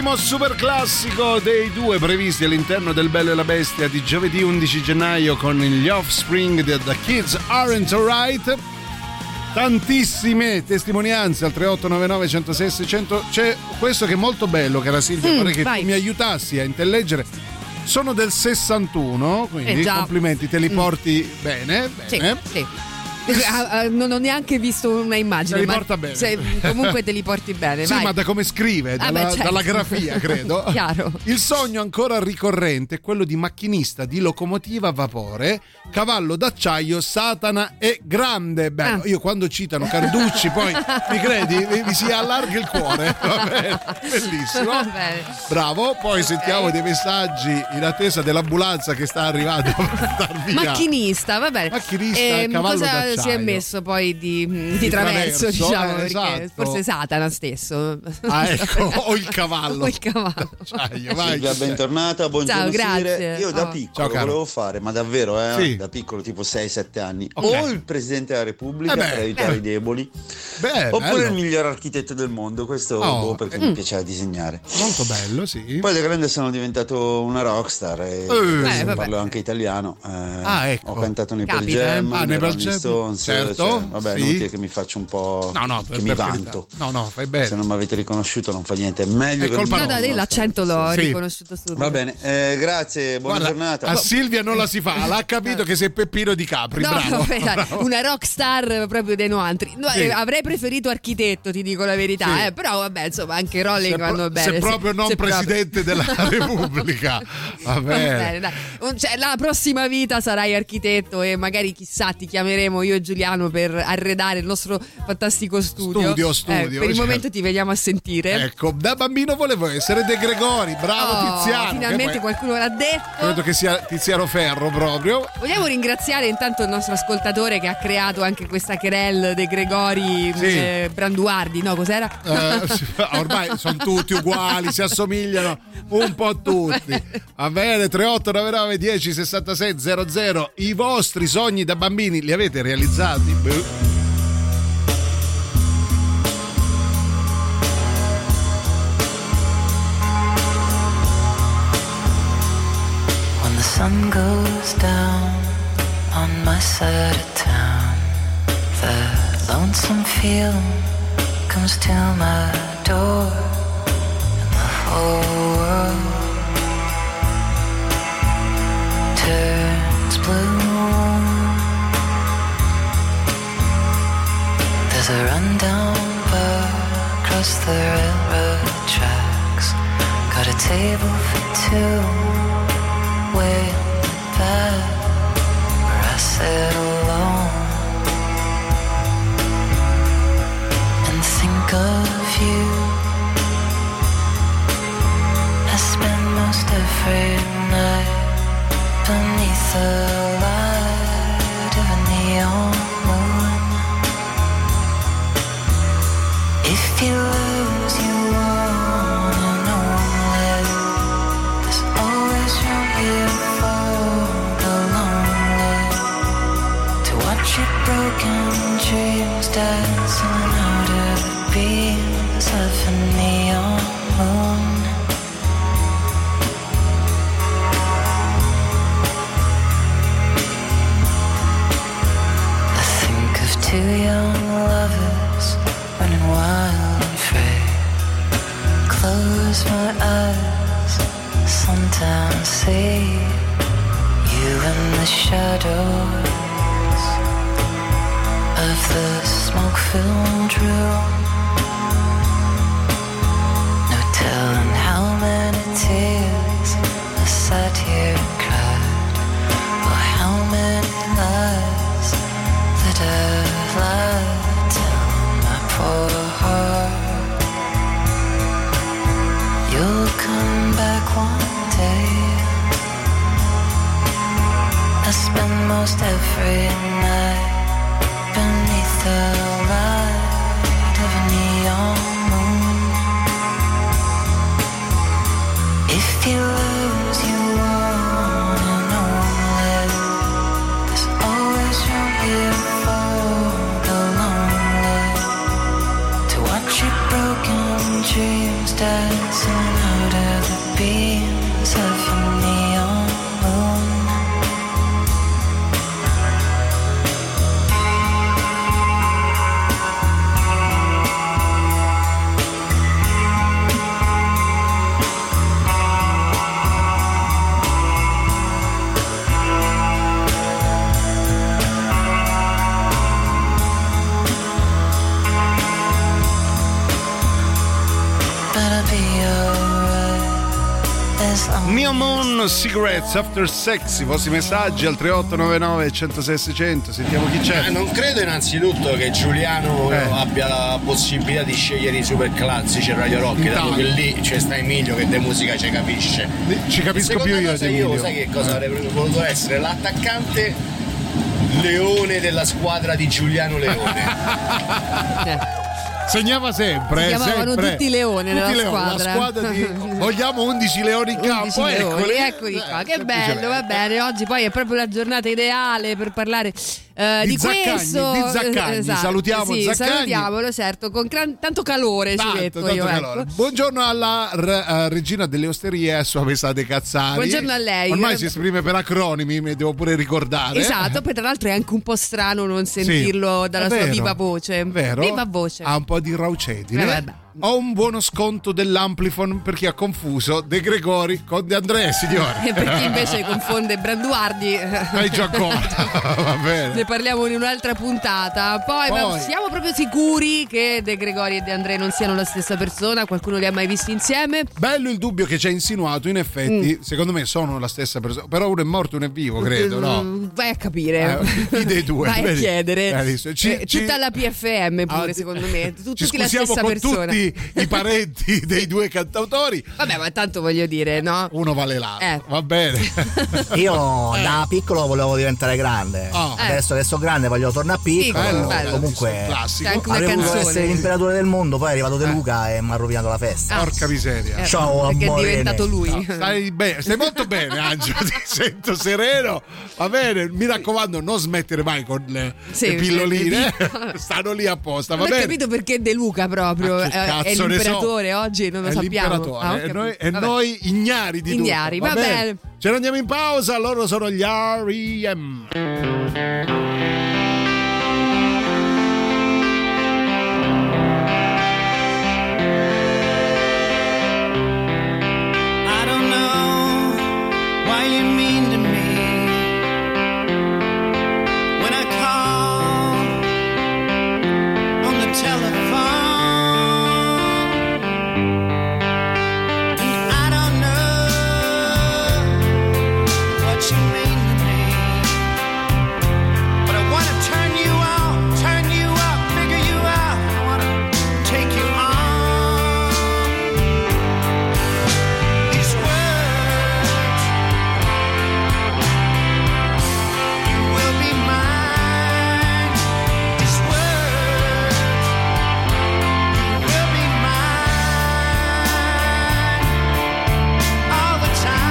Ultimo super classico dei due previsti all'interno del Bello e la Bestia di giovedì 11 gennaio con gli Offspring The Kids Aren't Alright. Tantissime testimonianze al 3899 106 600. C'è questo che è molto bello, cara Silvia, vorrei che tu mi aiutassi a intelleggere. Sono del 61, quindi complimenti, te li porti bene. Sì. Non ho neanche visto una immagine. Te li porta bene. Comunque te li porti bene. Sì, vai. ma da come scrive, dalla grafia, credo. Chiaro. Il sogno ancora ricorrente è quello di macchinista di locomotiva a vapore, cavallo d'acciaio, Satana e grande. Bello. Io quando citano Carducci, poi mi credi, mi si allarga il cuore. Va bene. Bellissimo. Va bene. Bravo. Poi sentiamo dei messaggi in attesa dell'ambulanza che sta arrivando per dar via. Macchinista, va bene. Macchinista, cavallo d'acciaio. Si è messo poi di traverso, diciamo, perché esatto. forse Satana stesso. Ecco, o il cavallo. Vai, Silvia, bentornata, buongiorno. Ciao, grazie. Io da piccolo volevo fare, ma davvero, da piccolo, tipo 6-7 anni, o il Presidente della Repubblica per aiutare i deboli, oppure il miglior architetto del mondo, questo perché mi piaceva disegnare. Molto bello, sì. Poi da grande sono diventato una rockstar e parlo anche italiano. Ecco. Ho cantato nei Pearl Jam, nei Rolling Stones. Certo, inutile che mi faccio un po' che mi vanto. No, fai bene. Se non mi avete riconosciuto non fa niente, è meglio è che colpa l'accento l'ho riconosciuto subito. Va bene, grazie, buona giornata. A Silvia non la si fa, l'ha capito che sei Peppino Di Capri, bravo. Una rockstar proprio dei noantri. Avrei preferito architetto, ti dico la verità, però vabbè, insomma, anche Rolling vanno bene. Se proprio non presidente della Repubblica. Va bene. Dai. La prossima vita sarai architetto e magari chissà ti chiameremo io e Giuliano per arredare il nostro fantastico studio. Per il momento ti veniamo a sentire. Ecco, da bambino volevo essere De Gregori, bravo Tiziano. Finalmente qualcuno l'ha detto. Credo che sia Tiziano Ferro proprio. Vogliamo ringraziare intanto il nostro ascoltatore che ha creato anche questa querel De Gregori Branduardi, no? Cos'era? Ormai sono tutti uguali, si assomigliano un po' tutti. Va bene, 3899 10 66 00. I vostri sogni da bambini li avete realizzati? When the sun goes down on my side of town, the lonesome feeling comes to my door, and the whole world turns blue. There's a rundown bar across the railroad tracks, got a table for two way in the back, where I sit alone and think of you. I spend most every night beneath the light of a neon moon. If you lose, you wanna know. There's always room here for the lonely, to watch your broken dreams dancing out of the beams of a neon moon. I think of two young lovers running wild and free. Close my eyes, sometimes see you in the shadows of the smoke-filled room. No telling how many tears I sat here and cried, or how many lies that I've lied. Tell my poor heart you'll come back one day. I spend most every night beneath the light of a neon moon. If you lose, you wanna know. There's always room here for the lonely, to watch your broken dreams dancing out Neo Moon, Cigarettes After Sex. I vostri messaggi al 3899 106 600. Sentiamo chi c'è. Non credo innanzitutto che Giuliano abbia la possibilità di scegliere i super classici a Radio Rock, dato che lì c'è sta Emilio che di musica ci capisce. Ci capisco più io di Emilio. Io sai che cosa avrei voluto essere? L'attaccante leone della squadra di Giuliano Leone. Segnava sempre. Si chiamavano sempre. tutti Leone nella squadra. La squadra di vogliamo 11 leoni in campo. Eccoli qua. Che bello, va bene. Oggi poi è proprio la giornata ideale per parlare di questo. Di Zaccagni. Esatto. Salutiamo sì, Zaccagni. Salutiamolo, certo, con tanto calore ci detto io. Calore. Ecco. Buongiorno alla regina delle osterie, a sua Pesate Cazzari. Buongiorno a lei. Ormai si esprime per acronimi, mi devo pure ricordare. Esatto, poi tra l'altro è anche un po' strano non sentirlo dalla sua viva voce. Vero? Viva voce. Ha un po' di raucedine. Ho un buono sconto dell'Amplifon per chi ha confuso De Gregori con De André, signore. E per chi invece confonde Branduardi, hai già accorto. Va bene. Ne parliamo in un'altra puntata. Poi siamo proprio sicuri che De Gregori e De André non siano la stessa persona? Qualcuno li ha mai visti insieme? Bello il dubbio che ci ha insinuato. In effetti, secondo me sono la stessa persona. Però uno è morto e uno è vivo, credo, no? Vai a capire. Chi dei due? Vai a chiedere. Tutta la PFM pure, secondo me. Tutti la stessa con persona. Tutti i parenti dei due cantautori. Vabbè, ma tanto voglio dire, no? Uno vale l'altro. Va bene. Io da piccolo volevo diventare grande. Adesso che sono grande voglio tornare a piccolo. Bello. Comunque avrei voluto essere l'imperatore del mondo. Poi è arrivato De Luca e mi ha rovinato la festa. Porca miseria. Ciao amore. Perché è diventato lui. Stai molto bene, Angelo. Ti sento sereno. Va bene, mi raccomando, non smettere mai con le pilloline. Stanno lì apposta. Va bene. Non ho capito perché De Luca proprio è l'imperatore oggi, non lo sappiamo. Noi ignari di ignari, tutto. Va bene. Ce ne andiamo in pausa, loro sono gli R.E.M. I don't know why you mean to me when I call on the telephone. You mean to me, but I wanna turn you up, figure you out. I wanna take you on. These words, you will be mine. These words, you will be mine all the time.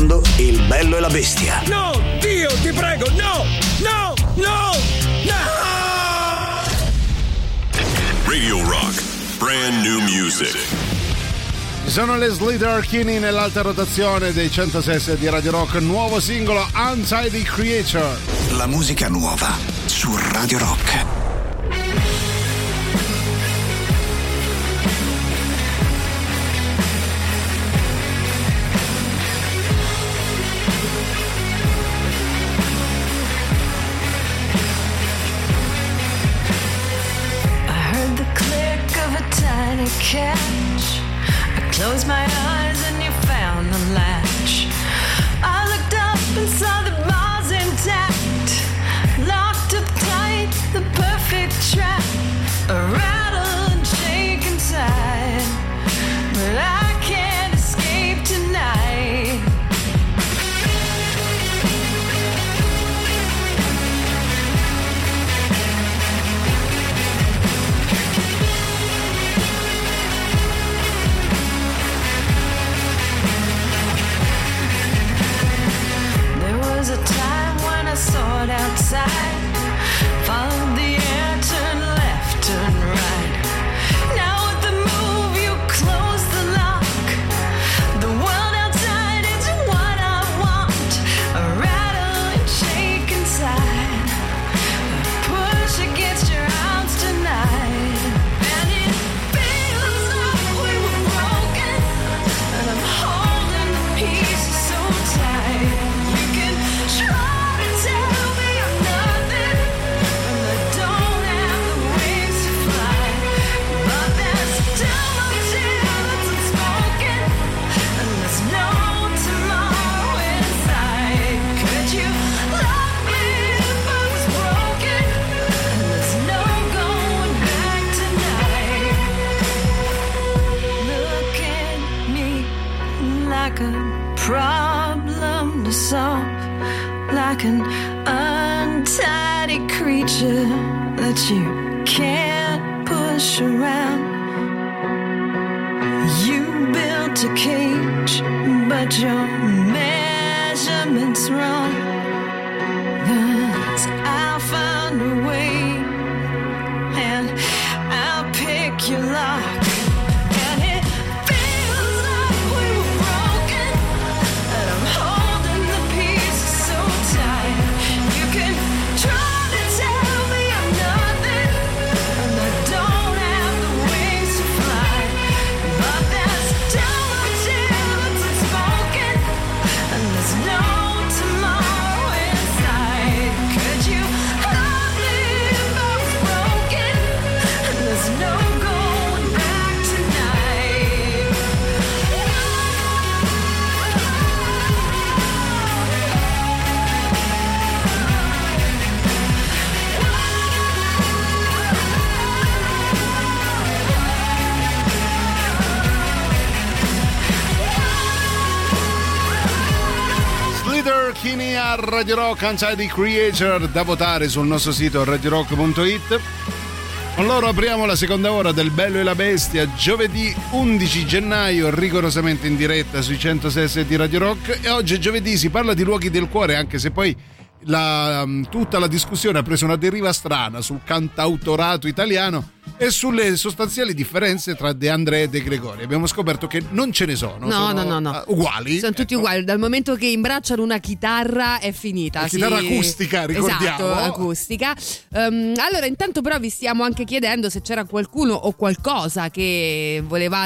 ascoltando Il Bello e la Bestia. No, Dio, ti prego, no, no, no, no! Radio Rock, brand new music. Ci sono le Sleater-Kinney nell'alta rotazione dei 106 di Radio Rock, nuovo singolo Untidy Creature. La musica nuova su Radio Rock. Catch. I closed my eyes and you found the latch. I looked up and saw the bars intact, locked up tight, the perfect trap. A rattle and shake inside, but I can't escape tonight. A time when I saw it outside, followed the air, turned left, turned right. Now with the move you close the lock. The world outside is what I want. A rattle and shake inside, a push against your arms tonight. And it feels like we were broken, and I'm holding the pieces so tight. Try to tell me I'm nothing, and I don't have the wings to fly. But there's still much here that's unspoken, and there's no tomorrow inside. Could you love me if I was broken? And there's no going back tonight. Look at me like a problem to solve, like an untidy creature that you can't push around. You built a cage, but your measurement's wrong. 'Cause I'll find a way, and I'll pick your lock. Sleater-Kinney a Radio Rock, Untidy Creature, da votare sul nostro sito radiorock.it. Con loro apriamo la seconda ora del Bello e la Bestia, giovedì 11 gennaio, rigorosamente in diretta sui 106 di Radio Rock. E oggi è giovedì, si parla di luoghi del cuore, anche se poi tutta la discussione ha preso una deriva strana sul cantautorato italiano e sulle sostanziali differenze tra De André e De Gregori. Abbiamo scoperto che non ce ne sono. No. Uguali. Sono tutti uguali. Dal momento che imbracciano una chitarra è finita. La chitarra acustica, ricordiamo. Esatto, acustica. Allora, intanto però vi stiamo anche chiedendo se c'era qualcuno o qualcosa che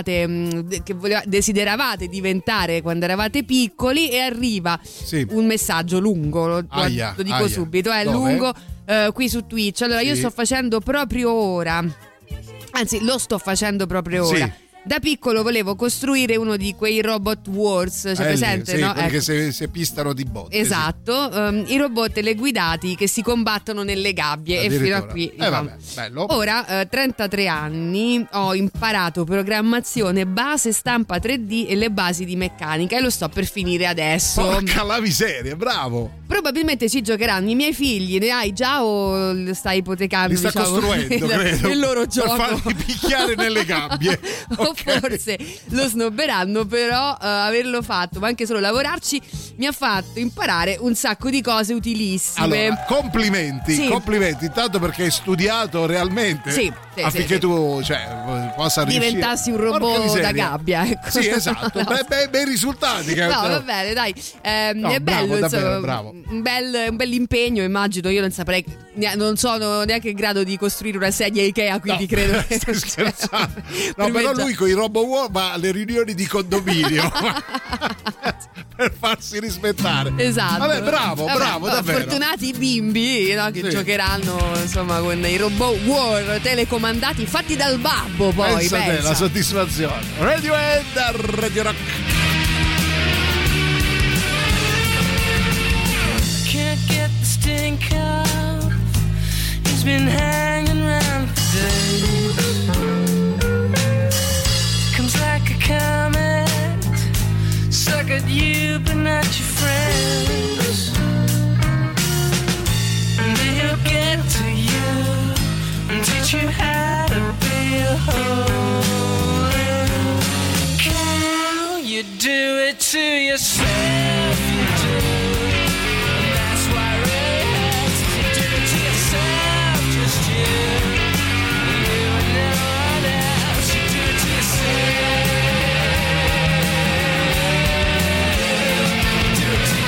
desideravate diventare quando eravate piccoli, e arriva un messaggio lungo, lo dico subito, è lungo, qui su Twitch. Allora, io sto facendo proprio ora. Anzi, lo sto facendo proprio ora. Sì. Da piccolo volevo costruire uno di quei robot wars, c'è presente? Sì, no? Perché ecco. se pistano di botte. Esatto, sì. I robot teleguidati che si combattono nelle gabbie. E fino a qui. Vabbè, bello. Ora, 33 anni, ho imparato programmazione, base, stampa 3D e le basi di meccanica, e lo sto per finire adesso. Porca la miseria, bravo! Probabilmente ci giocheranno i miei figli. Ne hai già o stai ipotecando? Li sta costruendo, credo. Il loro gioco. Per farli picchiare nelle gabbie. O forse lo snobberanno, però averlo fatto, ma anche solo lavorarci, mi ha fatto imparare un sacco di cose utilissime. Allora, complimenti, complimenti, intanto perché hai studiato realmente affinché tu possa riuscire. Diventassi un robot da gabbia, ecco. Sì, esatto, bei risultati. No, va bene, dai. È bello, bravo, insomma, davvero, bravo. Un bel impegno, immagino. Io non saprei, non sono neanche in grado di costruire una sedia Ikea, quindi credo che stai scherzando. No, però lui con i Robo War va alle riunioni di condominio per farsi rispettare. Esatto. Vabbè, bravo, davvero. Fortunati i bimbi, no, che giocheranno insomma con i Robot War telecomandati fatti dal babbo, poi pensa. La soddisfazione. Radiohead, Radio Rock. Can't get the stink out. He's been hanging around for days. Comes like a comet, suck at you but not your friends. And then he'll get to you and teach you how to be a holy. Can you do it to yourself? You do. And that's why Radiohead says you do it to yourself, just you. You and no one else, you do it to yourself. Do it to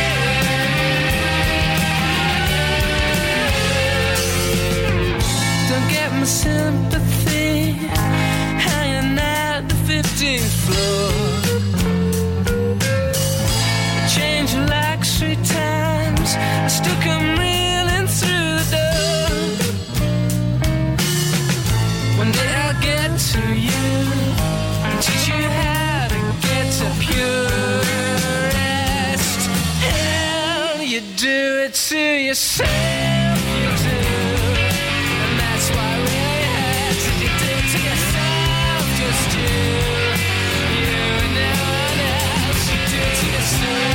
yourself. Don't get my sympathy hanging at the 15th floor. Change your locks 3 times, I still come reeling through the door. One day I'll get to you and teach you how to get to pure rest. Hell, you do it to yourself, you do. And that's why Radiohead says you do it to yourself, just you. You and no one else, you do it to yourself.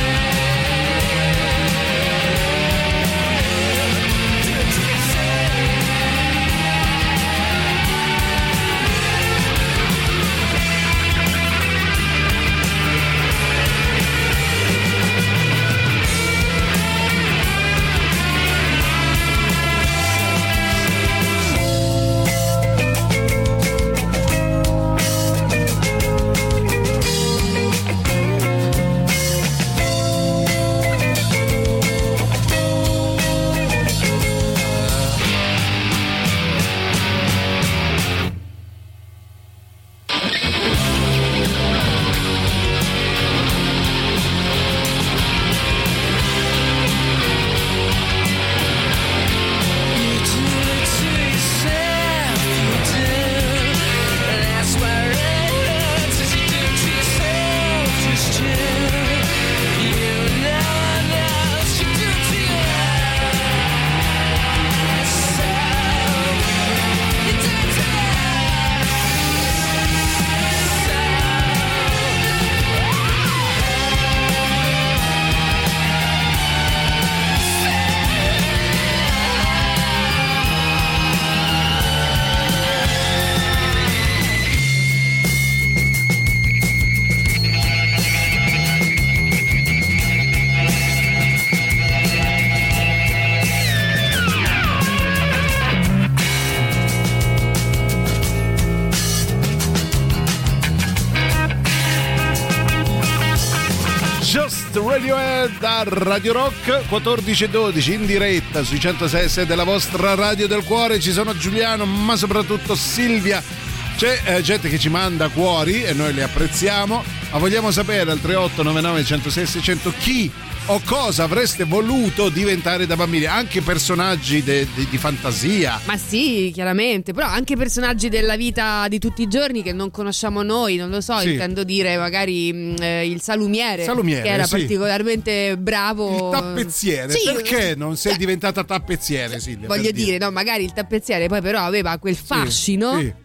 Radiohead a Radio Rock 14:12 in diretta sui 106 della vostra radio del cuore. Ci sono Giuliano, ma soprattutto Silvia. C'è gente che ci manda cuori e noi li apprezziamo, ma vogliamo sapere al 3899 106 600 chi o cosa avreste voluto diventare da bambini, anche personaggi di fantasia. Ma sì, chiaramente, però anche personaggi della vita di tutti i giorni che non conosciamo noi, non lo so, sì. Intendo dire magari il salumiere che era particolarmente bravo. Il tappezziere, sì. Perché non sei diventata tappezziere, Silvia? Voglio dire, no, magari il tappezziere poi però aveva quel fascino. Sì.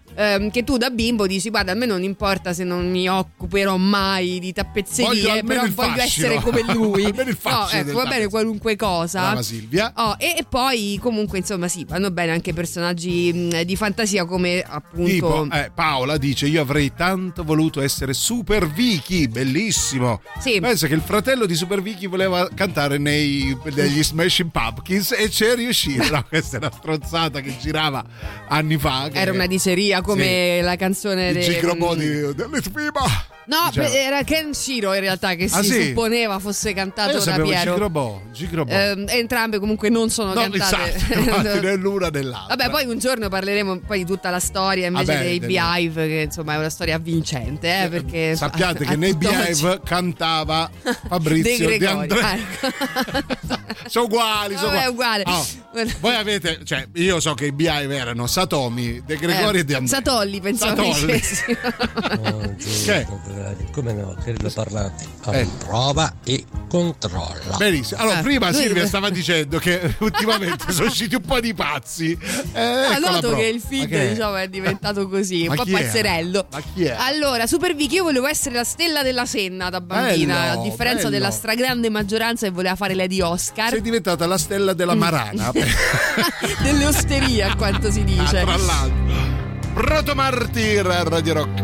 che tu da bimbo dici guarda, a me non importa se non mi occuperò mai di tappezzerie, però voglio essere come lui. Va bene qualunque cosa. Brava Silvia. E poi comunque insomma sì, vanno bene anche personaggi di fantasia come appunto tipo, Paola dice io avrei tanto voluto essere Super Vicky, bellissimo. Sì. Pensa che il fratello di Super Vicky voleva cantare negli Smashing Pumpkins e c'è riuscito. No, questa è una stronzata che girava anni fa. Era una diceria come la canzone del Gigrobo dell'Itfiba. No, era Kenshiro in realtà che si supponeva fosse cantato da Piero. Gigrobo. Entrambe comunque non sono cantate. Esatto, né l'una né l'altra. Vabbè, poi un giorno parleremo poi di tutta la storia invece dei Beehive, che insomma è una storia avvincente, perché sappiate che nei Beehive cantava Fabrizio De André. Sono uguali, uguali. Voi avete, cioè io so che i Beehive erano Satomi, De Gregori e De André. Satolli, pensavo dicessi. Che? Come no, credo parlante. Prova e controlla. Benissimo. Allora, prima Silvia stava dicendo che ultimamente sono usciti un po' di pazzi. Noto che il feed diciamo è diventato così, un po' pazzerello. Ma chi è? Allora, Super Vicky, io volevo essere la stella della Senna da bambina, a differenza della stragrande maggioranza che voleva fare Lady Oscar. Sei diventata la stella della Marana. Delle osterie, a quanto si dice. Tra l'altro. Protomartir a Radio Rock.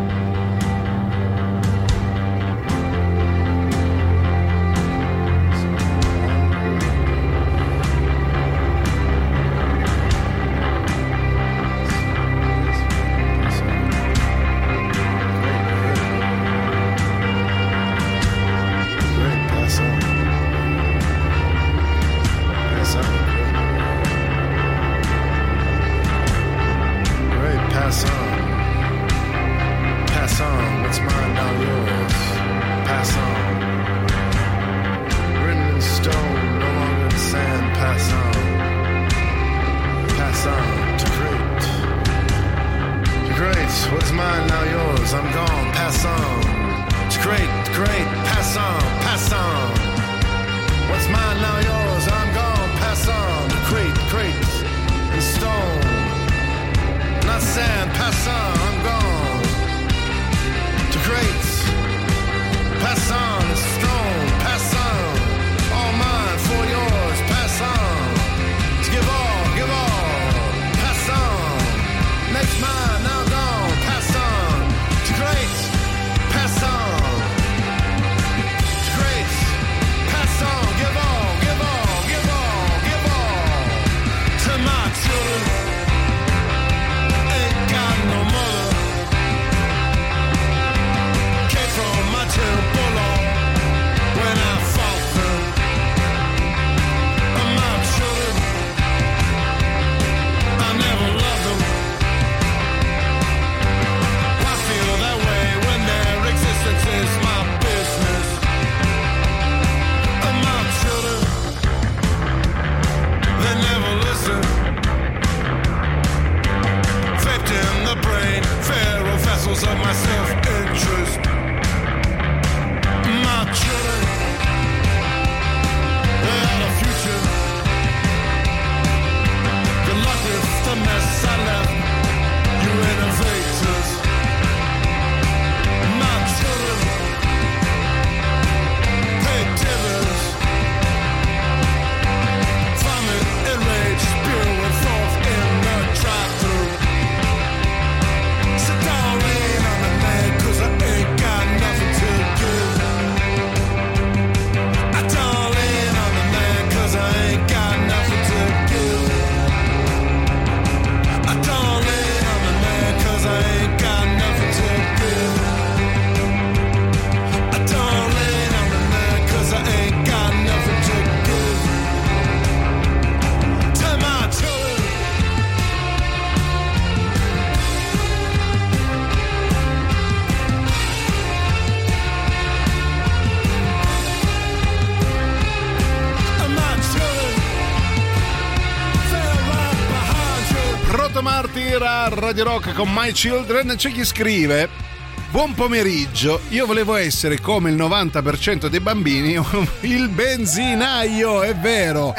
Radio Rock con My Children. C'è chi scrive: buon pomeriggio, io volevo essere come il 90% dei bambini il benzinaio, è vero.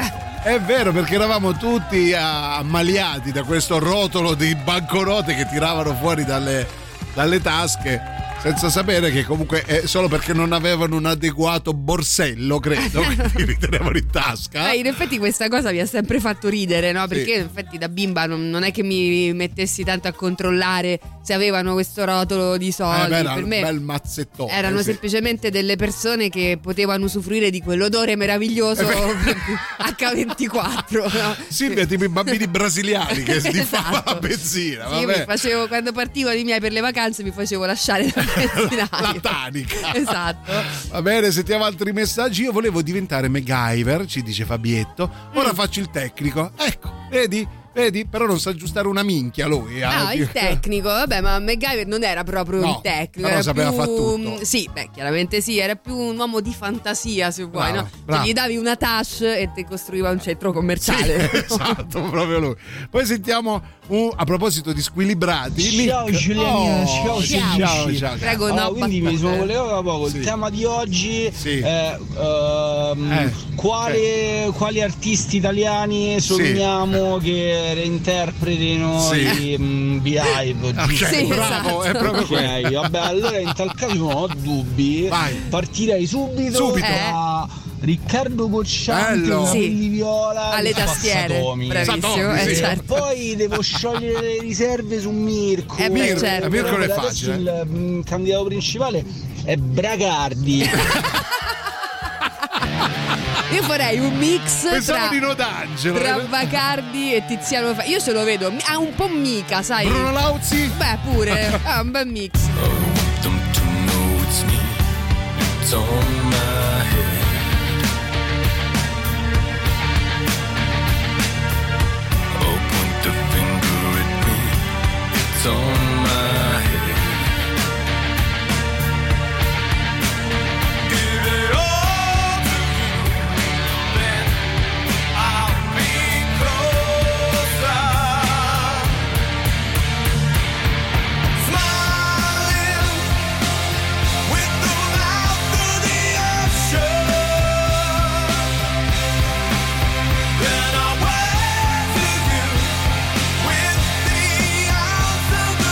È vero, perché eravamo tutti ammaliati da questo rotolo di banconote che tiravano fuori dalle tasche, senza sapere che comunque è solo perché non avevano un adeguato borsello, credo, che li tenevano in tasca. In effetti questa cosa mi ha sempre fatto ridere, no? Perché in effetti da bimba non è che mi mettessi tanto a controllare se avevano questo rotolo di soldi. Era per un me bel mazzettone. Erano semplicemente delle persone che potevano usufruire di quell'odore meraviglioso H24, no? Silvia, tipo i bambini brasiliani che sniffavano la benzina. Sì, io mi facevo, quando partivano i miei per le vacanze, mi facevo lasciare la tanica. Esatto. Va bene, sentiamo altri messaggi. Io volevo diventare MacGyver, ci dice Fabietto. Ora faccio il tecnico. Ecco, vedi? Però non sa aggiustare una minchia lui. Il tecnico, vabbè, ma MacGyver non era proprio un tecnico, però era sapeva più... fare tutto. Sì, chiaramente sì, era più un uomo di fantasia, se vuoi, no? Bravo. Gli davi una touch e ti costruiva un centro commerciale. Sì, esatto, proprio lui. Poi sentiamo a proposito di squilibrati. Ciao Giuliano, ciao. Prego, quindi mi sono collegato poco. Il tema di oggi è quali artisti italiani sogniamo che reinterpretino i Beehive. Ok, bravo, è proprio quello. Vabbè, allora in tal caso non ho dubbi. Partirei subito. A Riccardo Cocciante, capelli viola, alle tastiere, bravissimo. Certo. Poi devo sciogliere le riserve su Mirko. Certo. Mirko non è facile. Il candidato principale è Bragardi. Io farei un mix tra Nino D'Angelo, tra Bacardi e Tiziano. Io se lo vedo un po' mica, sai. Bruno Lauzi? Beh, pure. Un bel mix. With the arms of the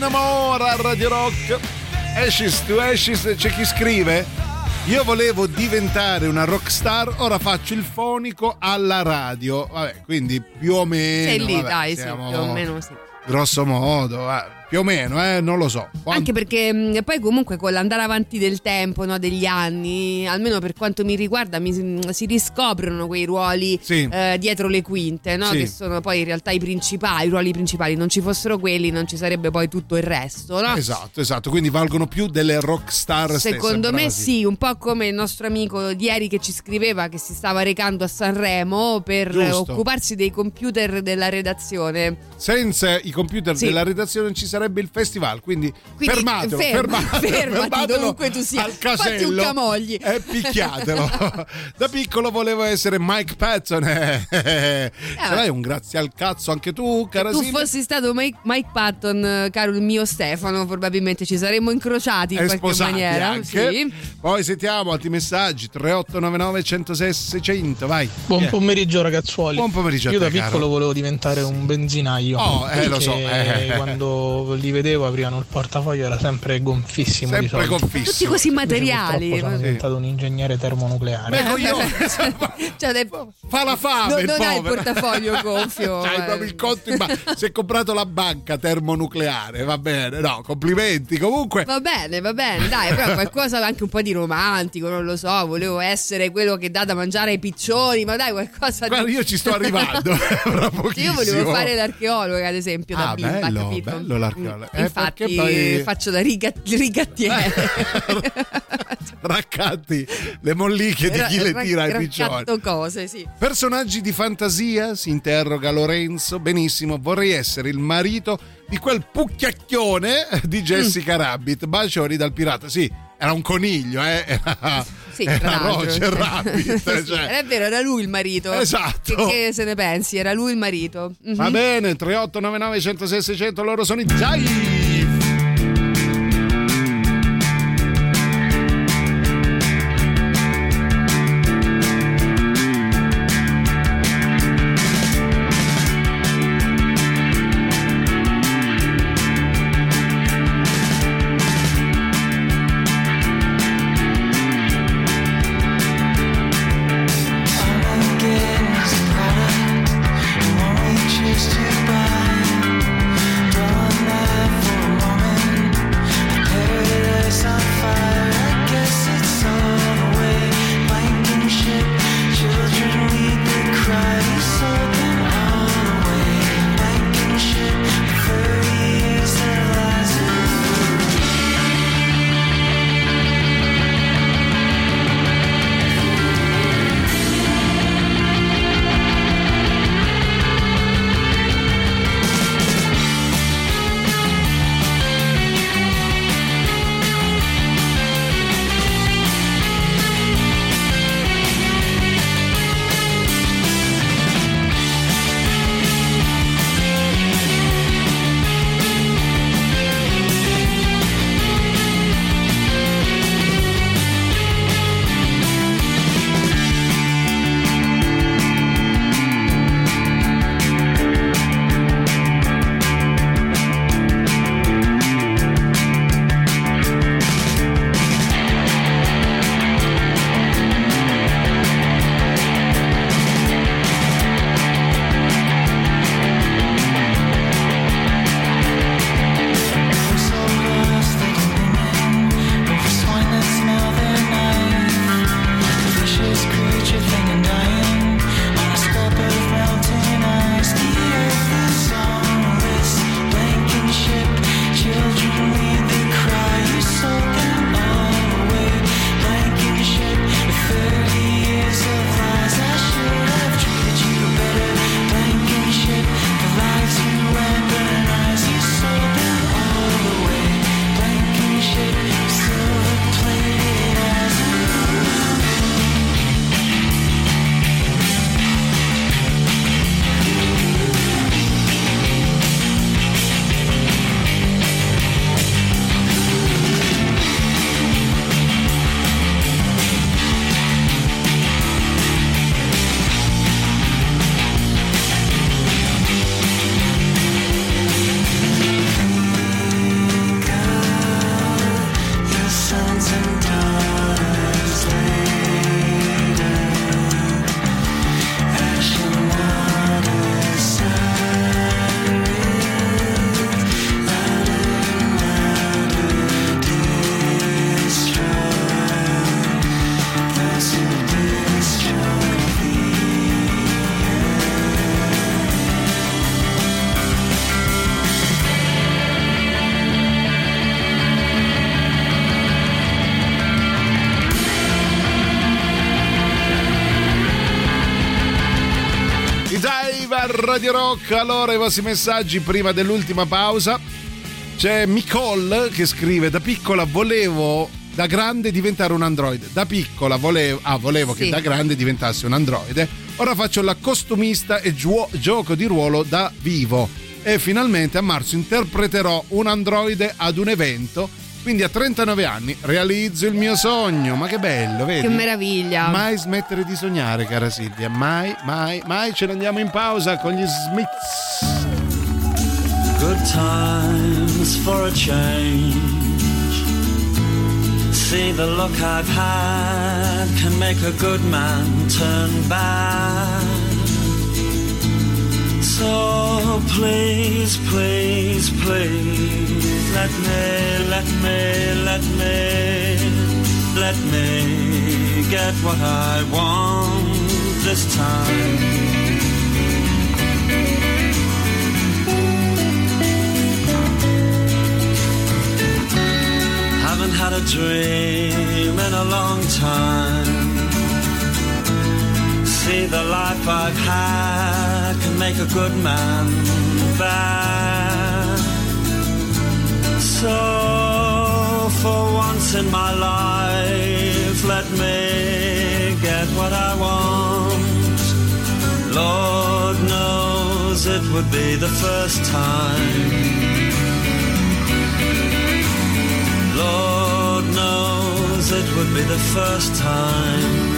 torniamo ora a Radio Rock. Ashes to Ashes, c'è chi scrive: io volevo diventare una rockstar, ora faccio il fonico alla radio. Vabbè, quindi più o meno. Sei lì, vabbè, dai, sì, più o meno sì. Grosso modo, più o meno, non lo so. Anche perché poi comunque con l'andare avanti del tempo, no, degli anni, almeno per quanto mi riguarda, si riscoprono quei ruoli dietro le quinte, no? Che sono poi in realtà i ruoli principali. Non ci fossero quelli, non ci sarebbe poi tutto il resto, no? Esatto, quindi valgono più delle rockstar stesse. Secondo me sì, un po' come il nostro amico di ieri che ci scriveva che si stava recando a Sanremo per occuparsi dei computer della redazione. Senza i computer della redazione non ci sarebbe il festival, quindi fermati dovunque tu sia, al casello, fatti un camogli e picchiatelo. Da piccolo volevo essere Mike Patton. Sarai un grazie al cazzo anche tu, cara Silvia. Tu fossi stato Mike Patton, caro il mio Stefano, probabilmente ci saremmo incrociati in qualche maniera anche. Sì. Poi sentiamo altri messaggi. 3899 106 600, vai. Buon pomeriggio ragazzuoli. Buon pomeriggio. Io da piccolo volevo diventare un benzinaio. Lo so. Quando li vedevo aprivano il portafoglio, era sempre gonfissimo. Sempre gonfissimo. Tutti così materiali. Sono diventato un ingegnere termonucleare. Fa la fame. Non hai il portafoglio gonfio. C'hai proprio il conto in si è comprato la banca termonucleare, va bene. No, complimenti comunque. Va bene, dai, però qualcosa anche un po' di romantico, non lo so. Volevo essere quello che dà da mangiare ai piccioni, ma dai, qualcosa Guarda, io ci sto arrivando. Io volevo fare l'archeologa, ad esempio, da bimba, capito? Bello l'archeologa. Infatti faccio da rigattiere. Raccatti le molliche di chi le tira ai piccioni. Cose, sì. Personaggi di fantasia? Si interroga Lorenzo. Benissimo, vorrei essere il marito di quel pucchiacchione di Jessica Rabbit. Bacioni dal pirata. Sì, era un coniglio, era Roger Rabbit. Sì, è vero, era lui il marito. Esatto. Che se ne pensi? Era lui il marito. Va bene, 3899 106 600, loro sono i Jive. Just to buy, don't Dave a Radio Rock. Allora, i vostri messaggi prima dell'ultima pausa. C'è Nicole che scrive: da piccola volevo da grande diventare un androide. Da piccola volevo che da grande diventassi un androide. Ora faccio la costumista e gioco di ruolo da vivo. E finalmente a marzo interpreterò un androide ad un evento. Quindi a 39 anni realizzo il mio sogno. Ma che bello, vedi? Che meraviglia. Mai smettere di sognare, cara Silvia. Mai, mai, mai. Ce ne andiamo in pausa con gli Smiths. Good times for a change. See the look I've had can make a good man turn bad. So please, please, please let me get what I want this time. Haven't had a dream in a long time. See, the life I've had can make a good man bad. So for once in my life, let me get what I want. Lord knows it would be the first time. Lord knows it would be the first time.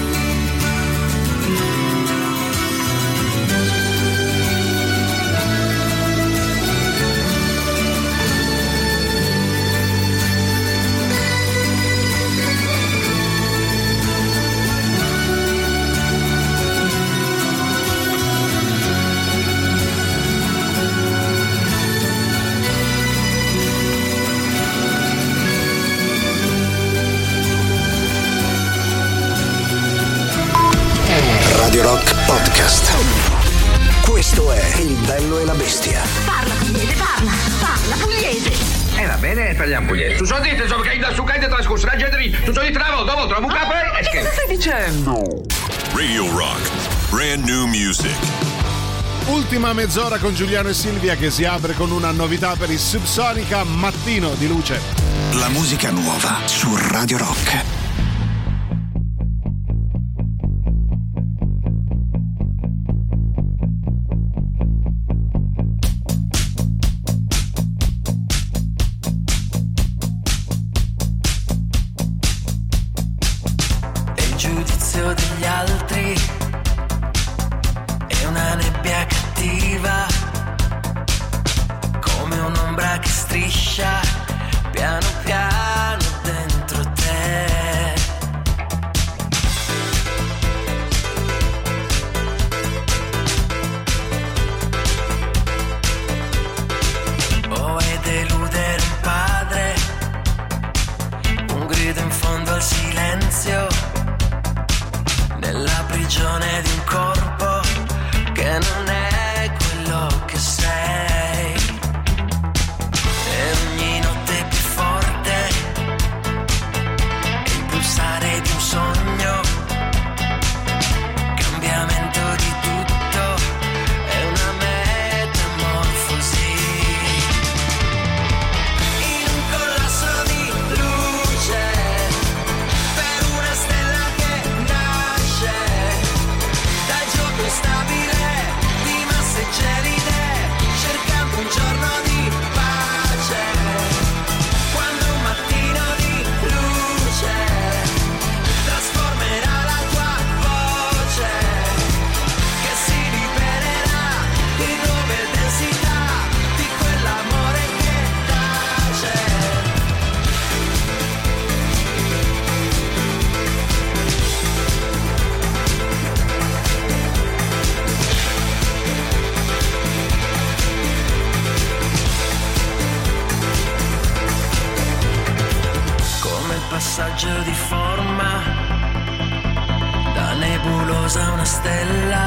Radio Rock Podcast. Questo è Il Bello e la Bestia. Parla pugliese, parla pugliese. Va bene, parliamo pugliese. Tu sono dite, insomma, che da su che trascorso la gente tu sono di travo, dopo trovo un capo e che cosa stai dicendo? Radio Rock, brand new music. Ultima mezz'ora con Giuliano e Silvia che si apre con una novità per il Subsonica Mattino di Luce. La musica nuova su Radio Rock. Degli altri è una nebbia cattiva, come un'ombra che striscia piano piano dentro te. Oh, è deludere un padre, un grido in fondo al silenzio, nella prigione di un corpo che non è quello che sei. E ogni notte è più forte è il pulsare di un sogno, cambiamento di tutto, è una metamorfosi. In un collasso di luce, per una stella che nasce dal gioco instabile di masse gelide, cercando un giorno di pace, quando un mattino di luce trasformerà la tua voce, che si libererà in nuove densità di quell'amore che tace. Come il passaggio di forma da nebulosa a una stella,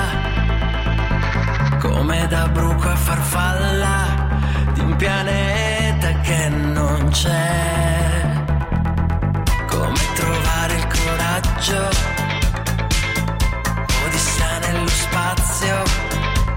come da bruco a farfalla di un pianeta che non c'è, come trovare il coraggio, odissea nello spazio,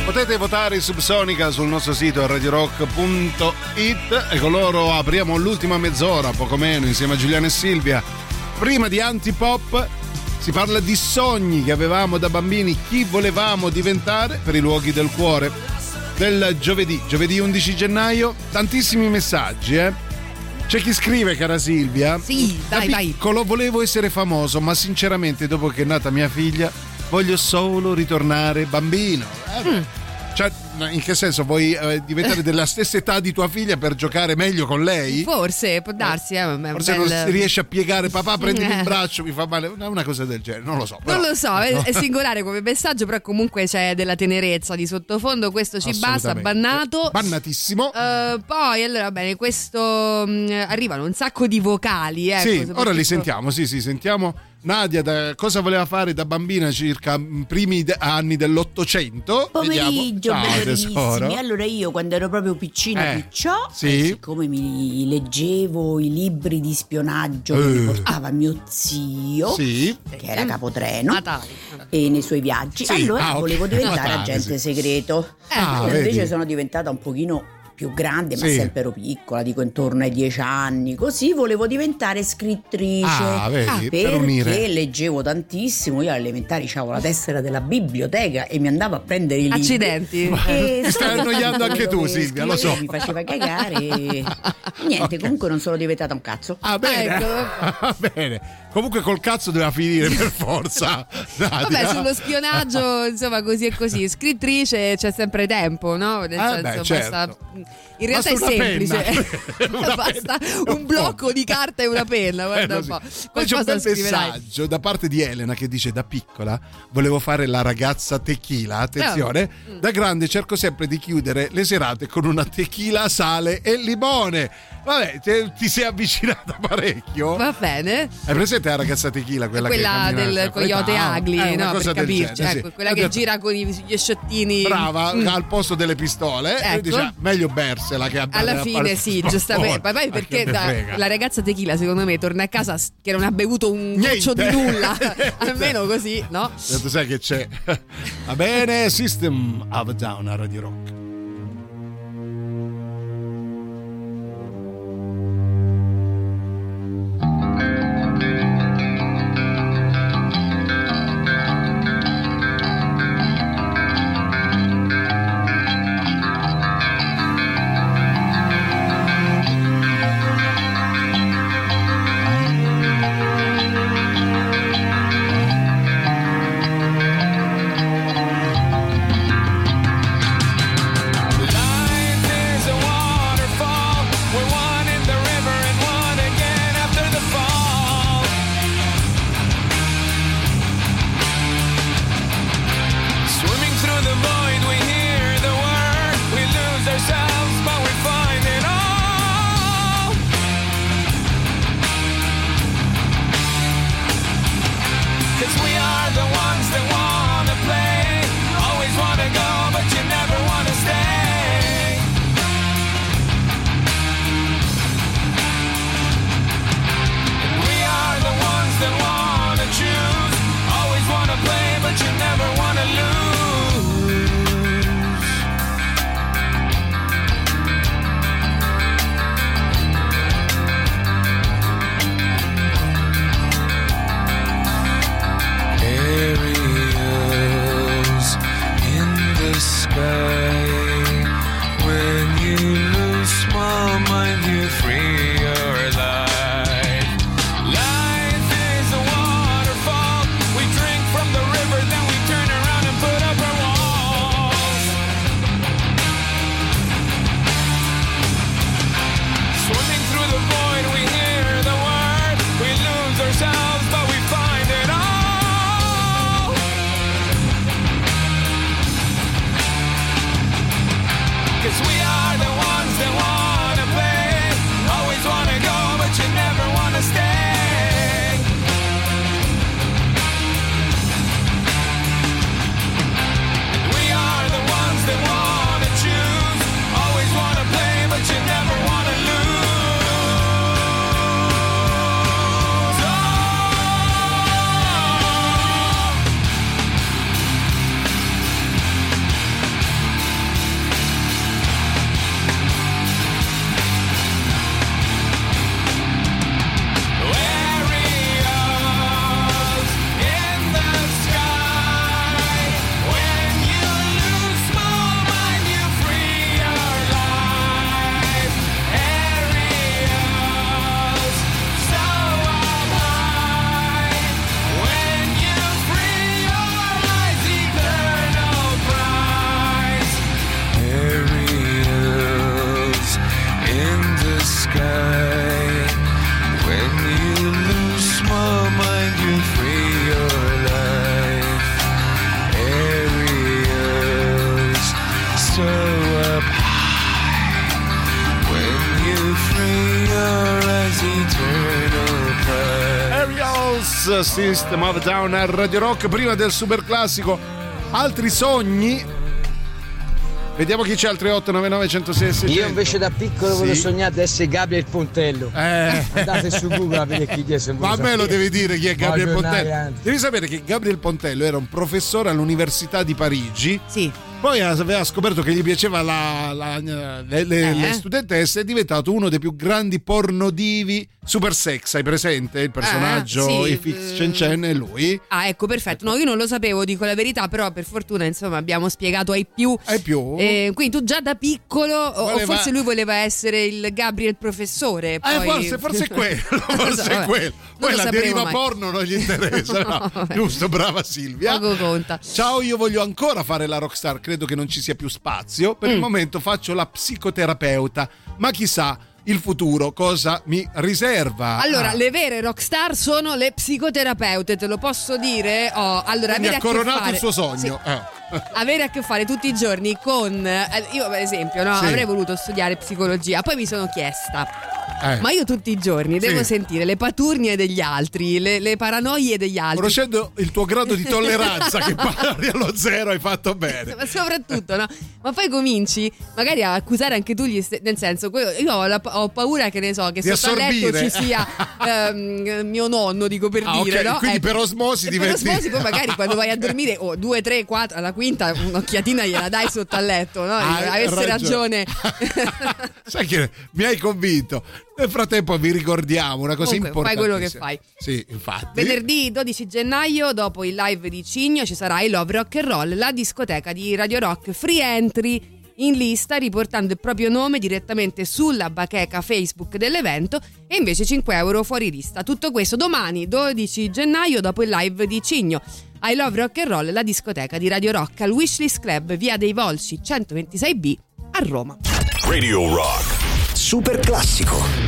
Potete votare Subsonica sul nostro sito radiorock.it e con loro apriamo l'ultima mezz'ora, poco meno, insieme a Giuliano e Silvia. Prima di Antipop si parla di sogni che avevamo da bambini, chi volevamo diventare per i luoghi del cuore. Del giovedì 11 gennaio, tantissimi messaggi, C'è chi scrive, cara Silvia. Sì, da piccolo volevo essere famoso, ma sinceramente dopo che è nata mia figlia voglio solo ritornare bambino. Cioè, in che senso, vuoi diventare della stessa età di tua figlia per giocare meglio con lei? Forse, può darsi. Forse non si riesce a piegare, papà prendimi in braccio, mi fa male, una cosa del genere, non lo so. Però, non lo so, è singolare come messaggio, però comunque c'è della tenerezza di sottofondo, questo ci basta, bannato. Bannatissimo. Poi, allora, bene, questo arrivano un sacco di vocali. Sì, ora li sentiamo, sì, sentiamo. Nadia, cosa voleva fare da bambina circa primi anni dell'800? Pomeriggio, bellissimi. Allora io quando ero proprio piccina siccome mi leggevo i libri di spionaggio che mi portava mio zio, che era capotreno, e nei suoi viaggi, allora volevo diventare agente segreto. Invece sono diventata un pochino più grande, ma sempre ero piccola, dico intorno ai 10 anni, così volevo diventare scrittrice, perché leggevo tantissimo. Io alle elementari c'avevo la tessera della biblioteca e mi andavo a prendere i libri. Accidenti. Ti stai annoiando anche tu, Silvia, lo so. Mi faceva cagare e niente, comunque non sono diventata un cazzo. Bene. Comunque col cazzo doveva finire per forza. Vabbè, sullo spionaggio, insomma, così e così. Scrittrice c'è sempre tempo, no? Nel senso, basta. In realtà basta è semplice. Basta un blocco di carta e una penna. Guarda un po'. Poi c'è un bel messaggio da parte di Elena che dice: da piccola volevo fare la ragazza tequila. Attenzione, da grande cerco sempre di chiudere le serate con una tequila, sale e limone. Vabbè, ti sei avvicinata parecchio. Va bene. Hai presente la ragazza tequila? Quella del coyote ugly, no? Per capirci, genere, quella che gira con gli sciottini. Brava, al posto delle pistole. E dice, meglio bersela che alla fine, sì, giustamente. Poi perché la ragazza tequila, secondo me, torna a casa che non ha bevuto un goccio di nulla. Almeno così, no? Tu sai che c'è. Va bene, System of a Down a Radio Rock. Beatles, System of a Down a Radio Rock. Prima del super classico Altri sogni. Vediamo chi c'è al 3899 106 600. Io invece da piccolo volevo sognare di essere Gabriel Pontello. Andate su Google a vedere chi è. Ma a me lo devi dire chi è Gabriel Pontello. Devi sapere che Gabriel Pontello era un professore all'Università di Parigi. Sì. Poi aveva scoperto che gli piaceva le studentesse, è diventato uno dei più grandi pornodivi. Super Sex, hai presente il personaggio? Sì. Fix Chen Chen è lui. Ah, ecco, perfetto. No, io non lo sapevo, dico la verità, però per fortuna insomma abbiamo spiegato ai più. Quindi tu già da piccolo, o forse lui voleva essere il Gabriel professore. Poi... forse è quello. Forse è quello. Poi la deriva porno non gli interessa. No, giusto, brava Silvia. Poco conta. Ciao, io voglio ancora fare la rockstar, credo che non ci sia più spazio. Per il momento faccio la psicoterapeuta, ma chissà il futuro cosa mi riserva. Allora, le vere rockstar sono le psicoterapeute, te lo posso dire. Allora, mi ha coronato il suo sogno. Sì. Avere a che fare tutti i giorni con io per esempio avrei voluto studiare psicologia, poi mi sono chiesta ma io tutti i giorni devo sentire le paturnie degli altri, le paranoie degli altri. Conoscendo il tuo grado di tolleranza che pari allo zero, hai fatto bene. Ma soprattutto ma poi cominci magari a accusare anche tu nel senso, io ho paura che ne so che sotto al letto ci sia mio nonno, dico per dire, no? Quindi per osmosi diventi. Per osmosi poi magari quando vai a dormire 2, 3, 4 alla quinta un'occhiatina gliela dai sotto al letto, no? Avesse ragione. Sai che mi hai convinto. Nel frattempo vi ricordiamo una cosa importante. Fai quello che fai. Sì, infatti. Venerdì 12 gennaio, dopo il live di Cigno, ci sarà I Love Rock and Roll, la discoteca di Radio Rock, free entry in lista, riportando il proprio nome direttamente sulla bacheca Facebook dell'evento, e invece 5 euro fuori lista. Tutto questo domani 12 gennaio, dopo il live di Cigno. I Love Rock and Roll, la discoteca di Radio Rock, al Wishlist Club, via dei Volsci 126B a Roma. Radio Rock Super classico.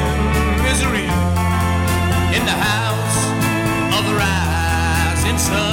Sun.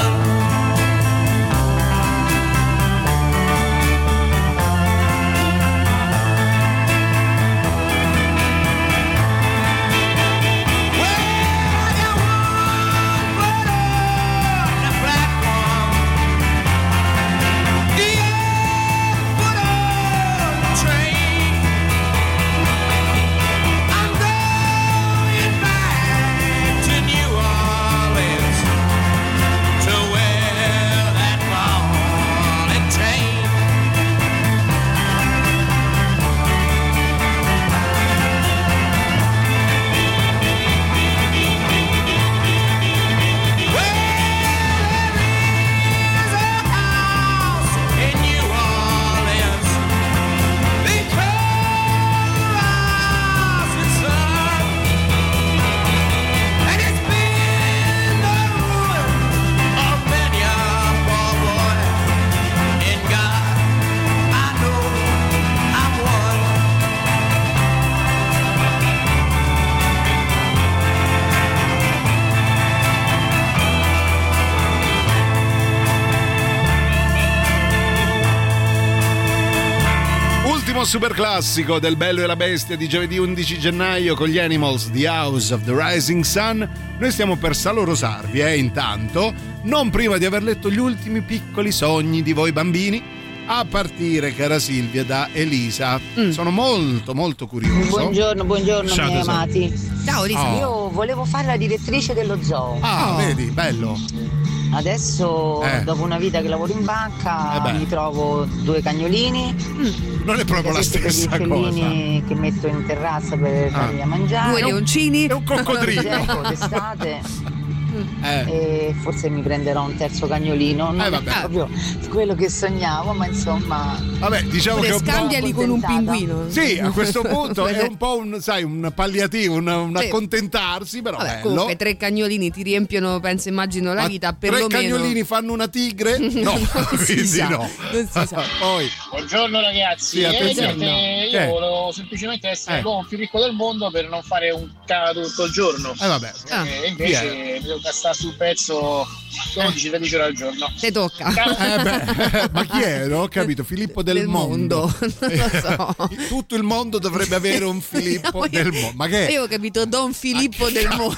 L'ultimo super classico del Bello e la Bestia di giovedì 11 gennaio con gli Animals, The House of the Rising Sun. Noi stiamo per salorosarvi, intanto, non prima di aver letto gli ultimi piccoli sogni di voi bambini, a partire, cara Silvia, da Elisa. Sono molto molto curioso. Buongiorno miei amati. Ciao Elisa. Io volevo fare la direttrice dello zoo. Vedi, bello. Adesso, dopo una vita che lavoro in banca, mi trovo 2 cagnolini. Non è proprio la stessa per i fellini che metto in terrazza per farli a mangiare. 2 leoncini e un coccodrillo. D'estate. E forse mi prenderò un terzo cagnolino. Non è proprio quello che sognavo, ma insomma. Vabbè, diciamo che scambiali con un pinguino. Sì, a questo punto è un po' un palliativo, un accontentarsi, però bello. Comunque 3 cagnolini ti riempiono, penso, immagino, la vita. 3 cagnolini fanno una tigre? No, quindi no. Non si sa. Poi. Buongiorno ragazzi. Io volevo semplicemente essere l'uomo più ricco del mondo per non fare un cado tutto il giorno. Invece mi devo stare sul pezzo 12-13 ore al giorno. Te tocca. Ma chi è? Non ho capito. Filippo del mondo. Non lo so. Tutto il mondo dovrebbe avere un Filippo del mondo. Ma che è? Io ho capito Don Filippo del mondo.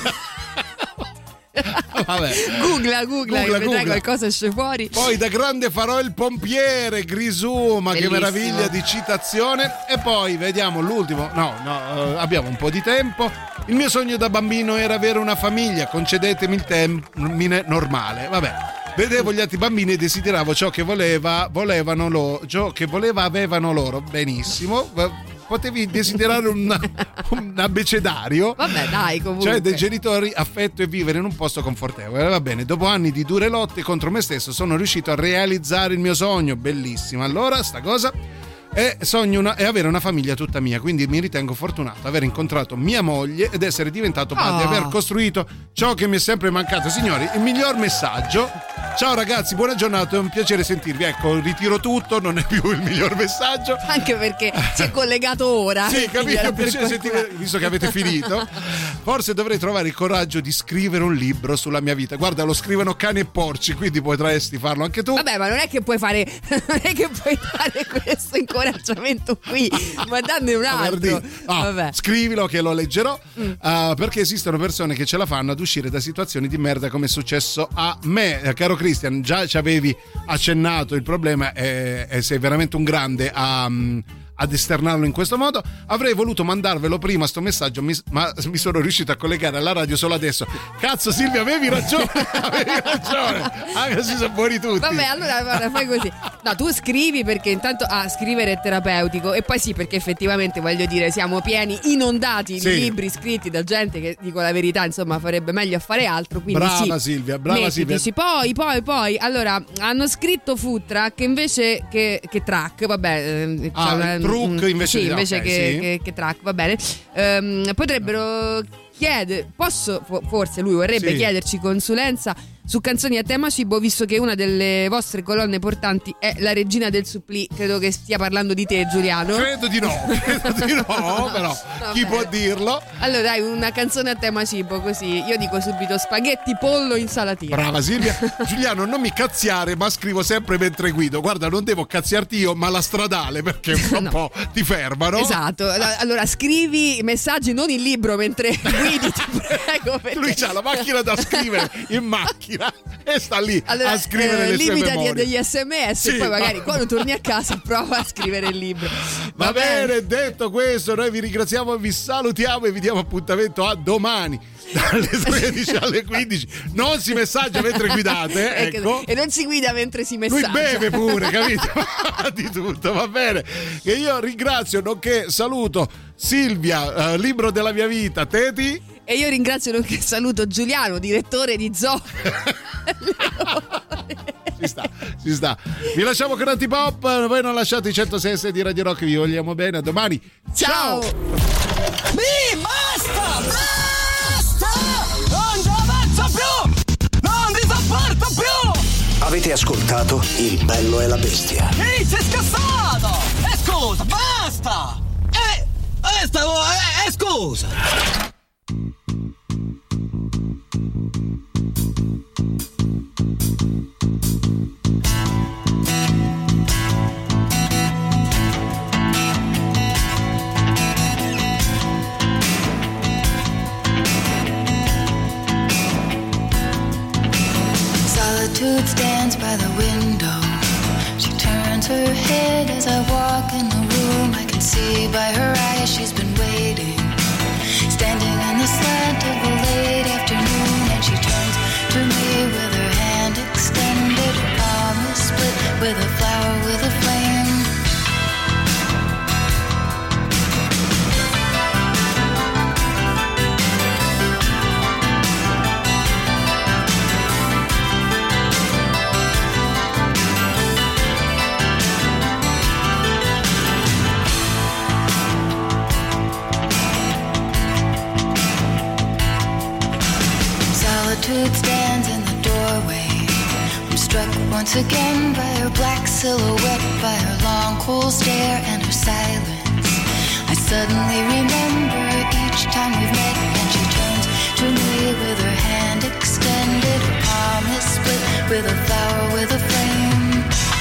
Vabbè. Googla, vedrai qualcosa esce fuori. Poi da grande farò il pompiere, Grisù, ma bellissimo. Che meraviglia di citazione. E poi vediamo l'ultimo. No, abbiamo un po' di tempo. Il mio sogno da bambino era avere una famiglia, concedetemi il termine normale. Vabbè. Vedevo gli altri bambini e desideravo ciò che avevano loro. Benissimo. Potevi desiderare un abbecedario. Vabbè, dai, comunque. Cioè dei genitori, affetto e vivere in un posto confortevole. Va bene, dopo anni di dure lotte contro me stesso sono riuscito a realizzare il mio sogno. Bellissimo. Allora, sta cosa sogno è avere una famiglia tutta mia, quindi mi ritengo fortunato aver incontrato mia moglie ed essere diventato padre, aver costruito ciò che mi è sempre mancato. Signori, il miglior messaggio. Ciao ragazzi, buona giornata, è un piacere sentirvi. Ecco, ritiro tutto, non è più il miglior messaggio. Anche perché si è collegato ora. Sì, capito, è un piacere sentirvi, visto che avete finito. Forse dovrei trovare il coraggio di scrivere un libro sulla mia vita. Guarda, lo scrivono cani e porci, quindi potresti farlo anche tu. Vabbè, ma non è che puoi dare questo incoraggiamento qui, ma danne un altro. Vabbè. Scrivilo che lo leggerò, perché esistono persone che ce la fanno ad uscire da situazioni di merda come è successo a me. Caro Christian, già ci avevi accennato il problema e sei veramente un grande ad esternarlo in questo modo. Avrei voluto mandarvelo prima sto messaggio, ma mi sono riuscito a collegare alla radio solo adesso. Cazzo Silvia, avevi ragione. Anche se sono buoni tutti. Vabbè, allora guarda, fai così. No, tu scrivi perché intanto scrivere è terapeutico, e poi sì, perché effettivamente, voglio dire, siamo pieni, inondati di libri scritti da gente che, dico la verità, insomma, farebbe meglio a fare altro. Quindi brava Silvia, brava Silvia. Poi allora hanno scritto food truck invece che track, vabbè, truck invece che track, va bene. Potrebbero chiedere, forse lui vorrebbe chiederci consulenza su canzoni a tema cibo, visto che una delle vostre colonne portanti è La Regina del Supplì. Credo che stia parlando di te, Giuliano. Credo di no, però chi può dirlo? Allora dai, una canzone a tema cibo, così io dico subito spaghetti, pollo, insalatina. Brava Silvia. Giuliano, non mi cazziare, ma scrivo sempre mentre guido. Guarda, non devo cazziarti io, ma la stradale, perché un po' ti fermano. Esatto. Allora scrivi messaggi, non il libro mentre guidi, ti prego, perché... Lui c'ha la macchina da scrivere in macchina e sta lì a scrivere le sue memorie. Limitati a degli sms, e poi magari quando torni a casa prova a scrivere il libro. Va bene, detto questo, noi vi ringraziamo, vi salutiamo e vi diamo appuntamento a domani dalle 13 alle 15. Non si messaggia mentre guidate, ecco. E non si guida mentre si messaggia. Lui beve pure, capito? Di tutto, va bene. E io ringrazio, nonché saluto Silvia, libro della mia vita, Teti. E io ringrazio, nonché saluto Giuliano, direttore di Zoo. Si sta. Vi lasciamo con Antipop. Voi non lasciate i 106 di Radio Rock. Vi vogliamo bene. A domani. Ciao. Basta! Non ci avanzo più! Non vi sopporto più! Avete ascoltato Il Bello e la Bestia? Ehi, sei scassato! Scusa, basta! Scusa! stands by the window. She turns her head as I walk in the room. I can see by her eyes she's been waiting, standing in the slant of the late afternoon. And she turns to me with her hand extended, her palm is split with a flower with a flame. Solitude stands in the doorway. I'm struck once again by her black silhouette, by her long cool stare and her silence. I suddenly remember each time we've met, and she turns to me with her hand extended, her palm is split with a flower with a flame.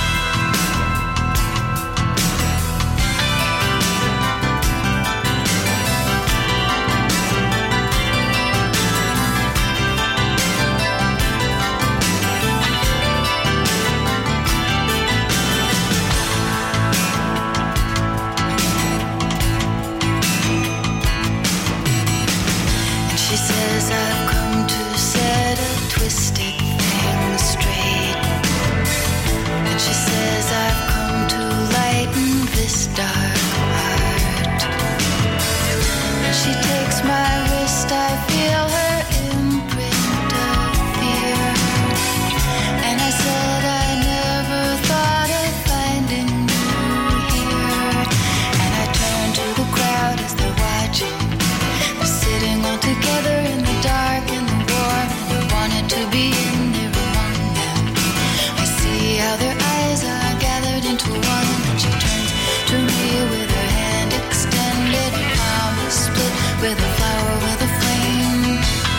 She says I've come to set a twisted thing straight. And she says I've come to lighten this dark heart. And she takes my wrist, I feel her imprint of fear. And I said I never thought of finding you here. And I turn to the crowd as they're watching. Sitting all together in the dark and the warm, and I wanted to be in there among them. I see how their eyes are gathered into one, and she turns to me with her hand extended, her palm is split with a flower with a flame.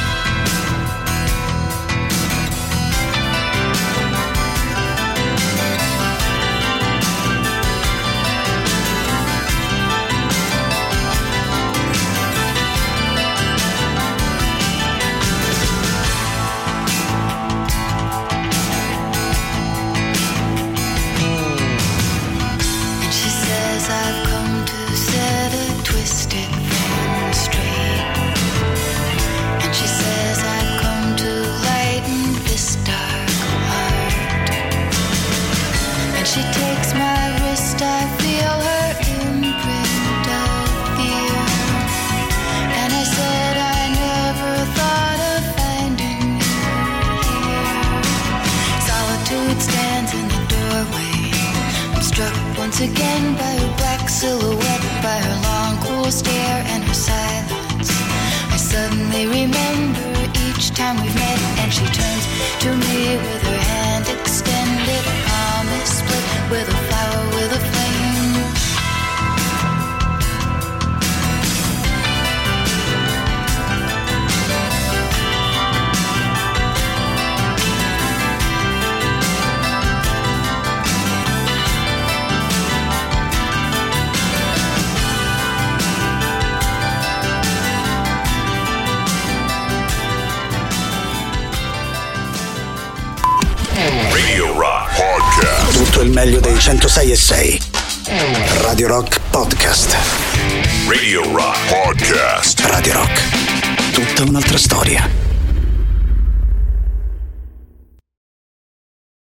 I've come to set a twisted thing straight. And she says I've come to lighten this dark heart. And she takes my wrist, I feel her imprint of fear. And I said I never thought of finding you here. Solitude stands in the doorway. I'm struck once again by her black silhouette, by her long cool stare and her silence. I suddenly remember each time we've met, and she turns to me with her hand extended, her palm is split with a flower with a flame. Radio Rock Podcast. Tutto il meglio dei 106.6. Radio Rock Podcast. Radio Rock Podcast. Radio Rock. Tutta un'altra storia.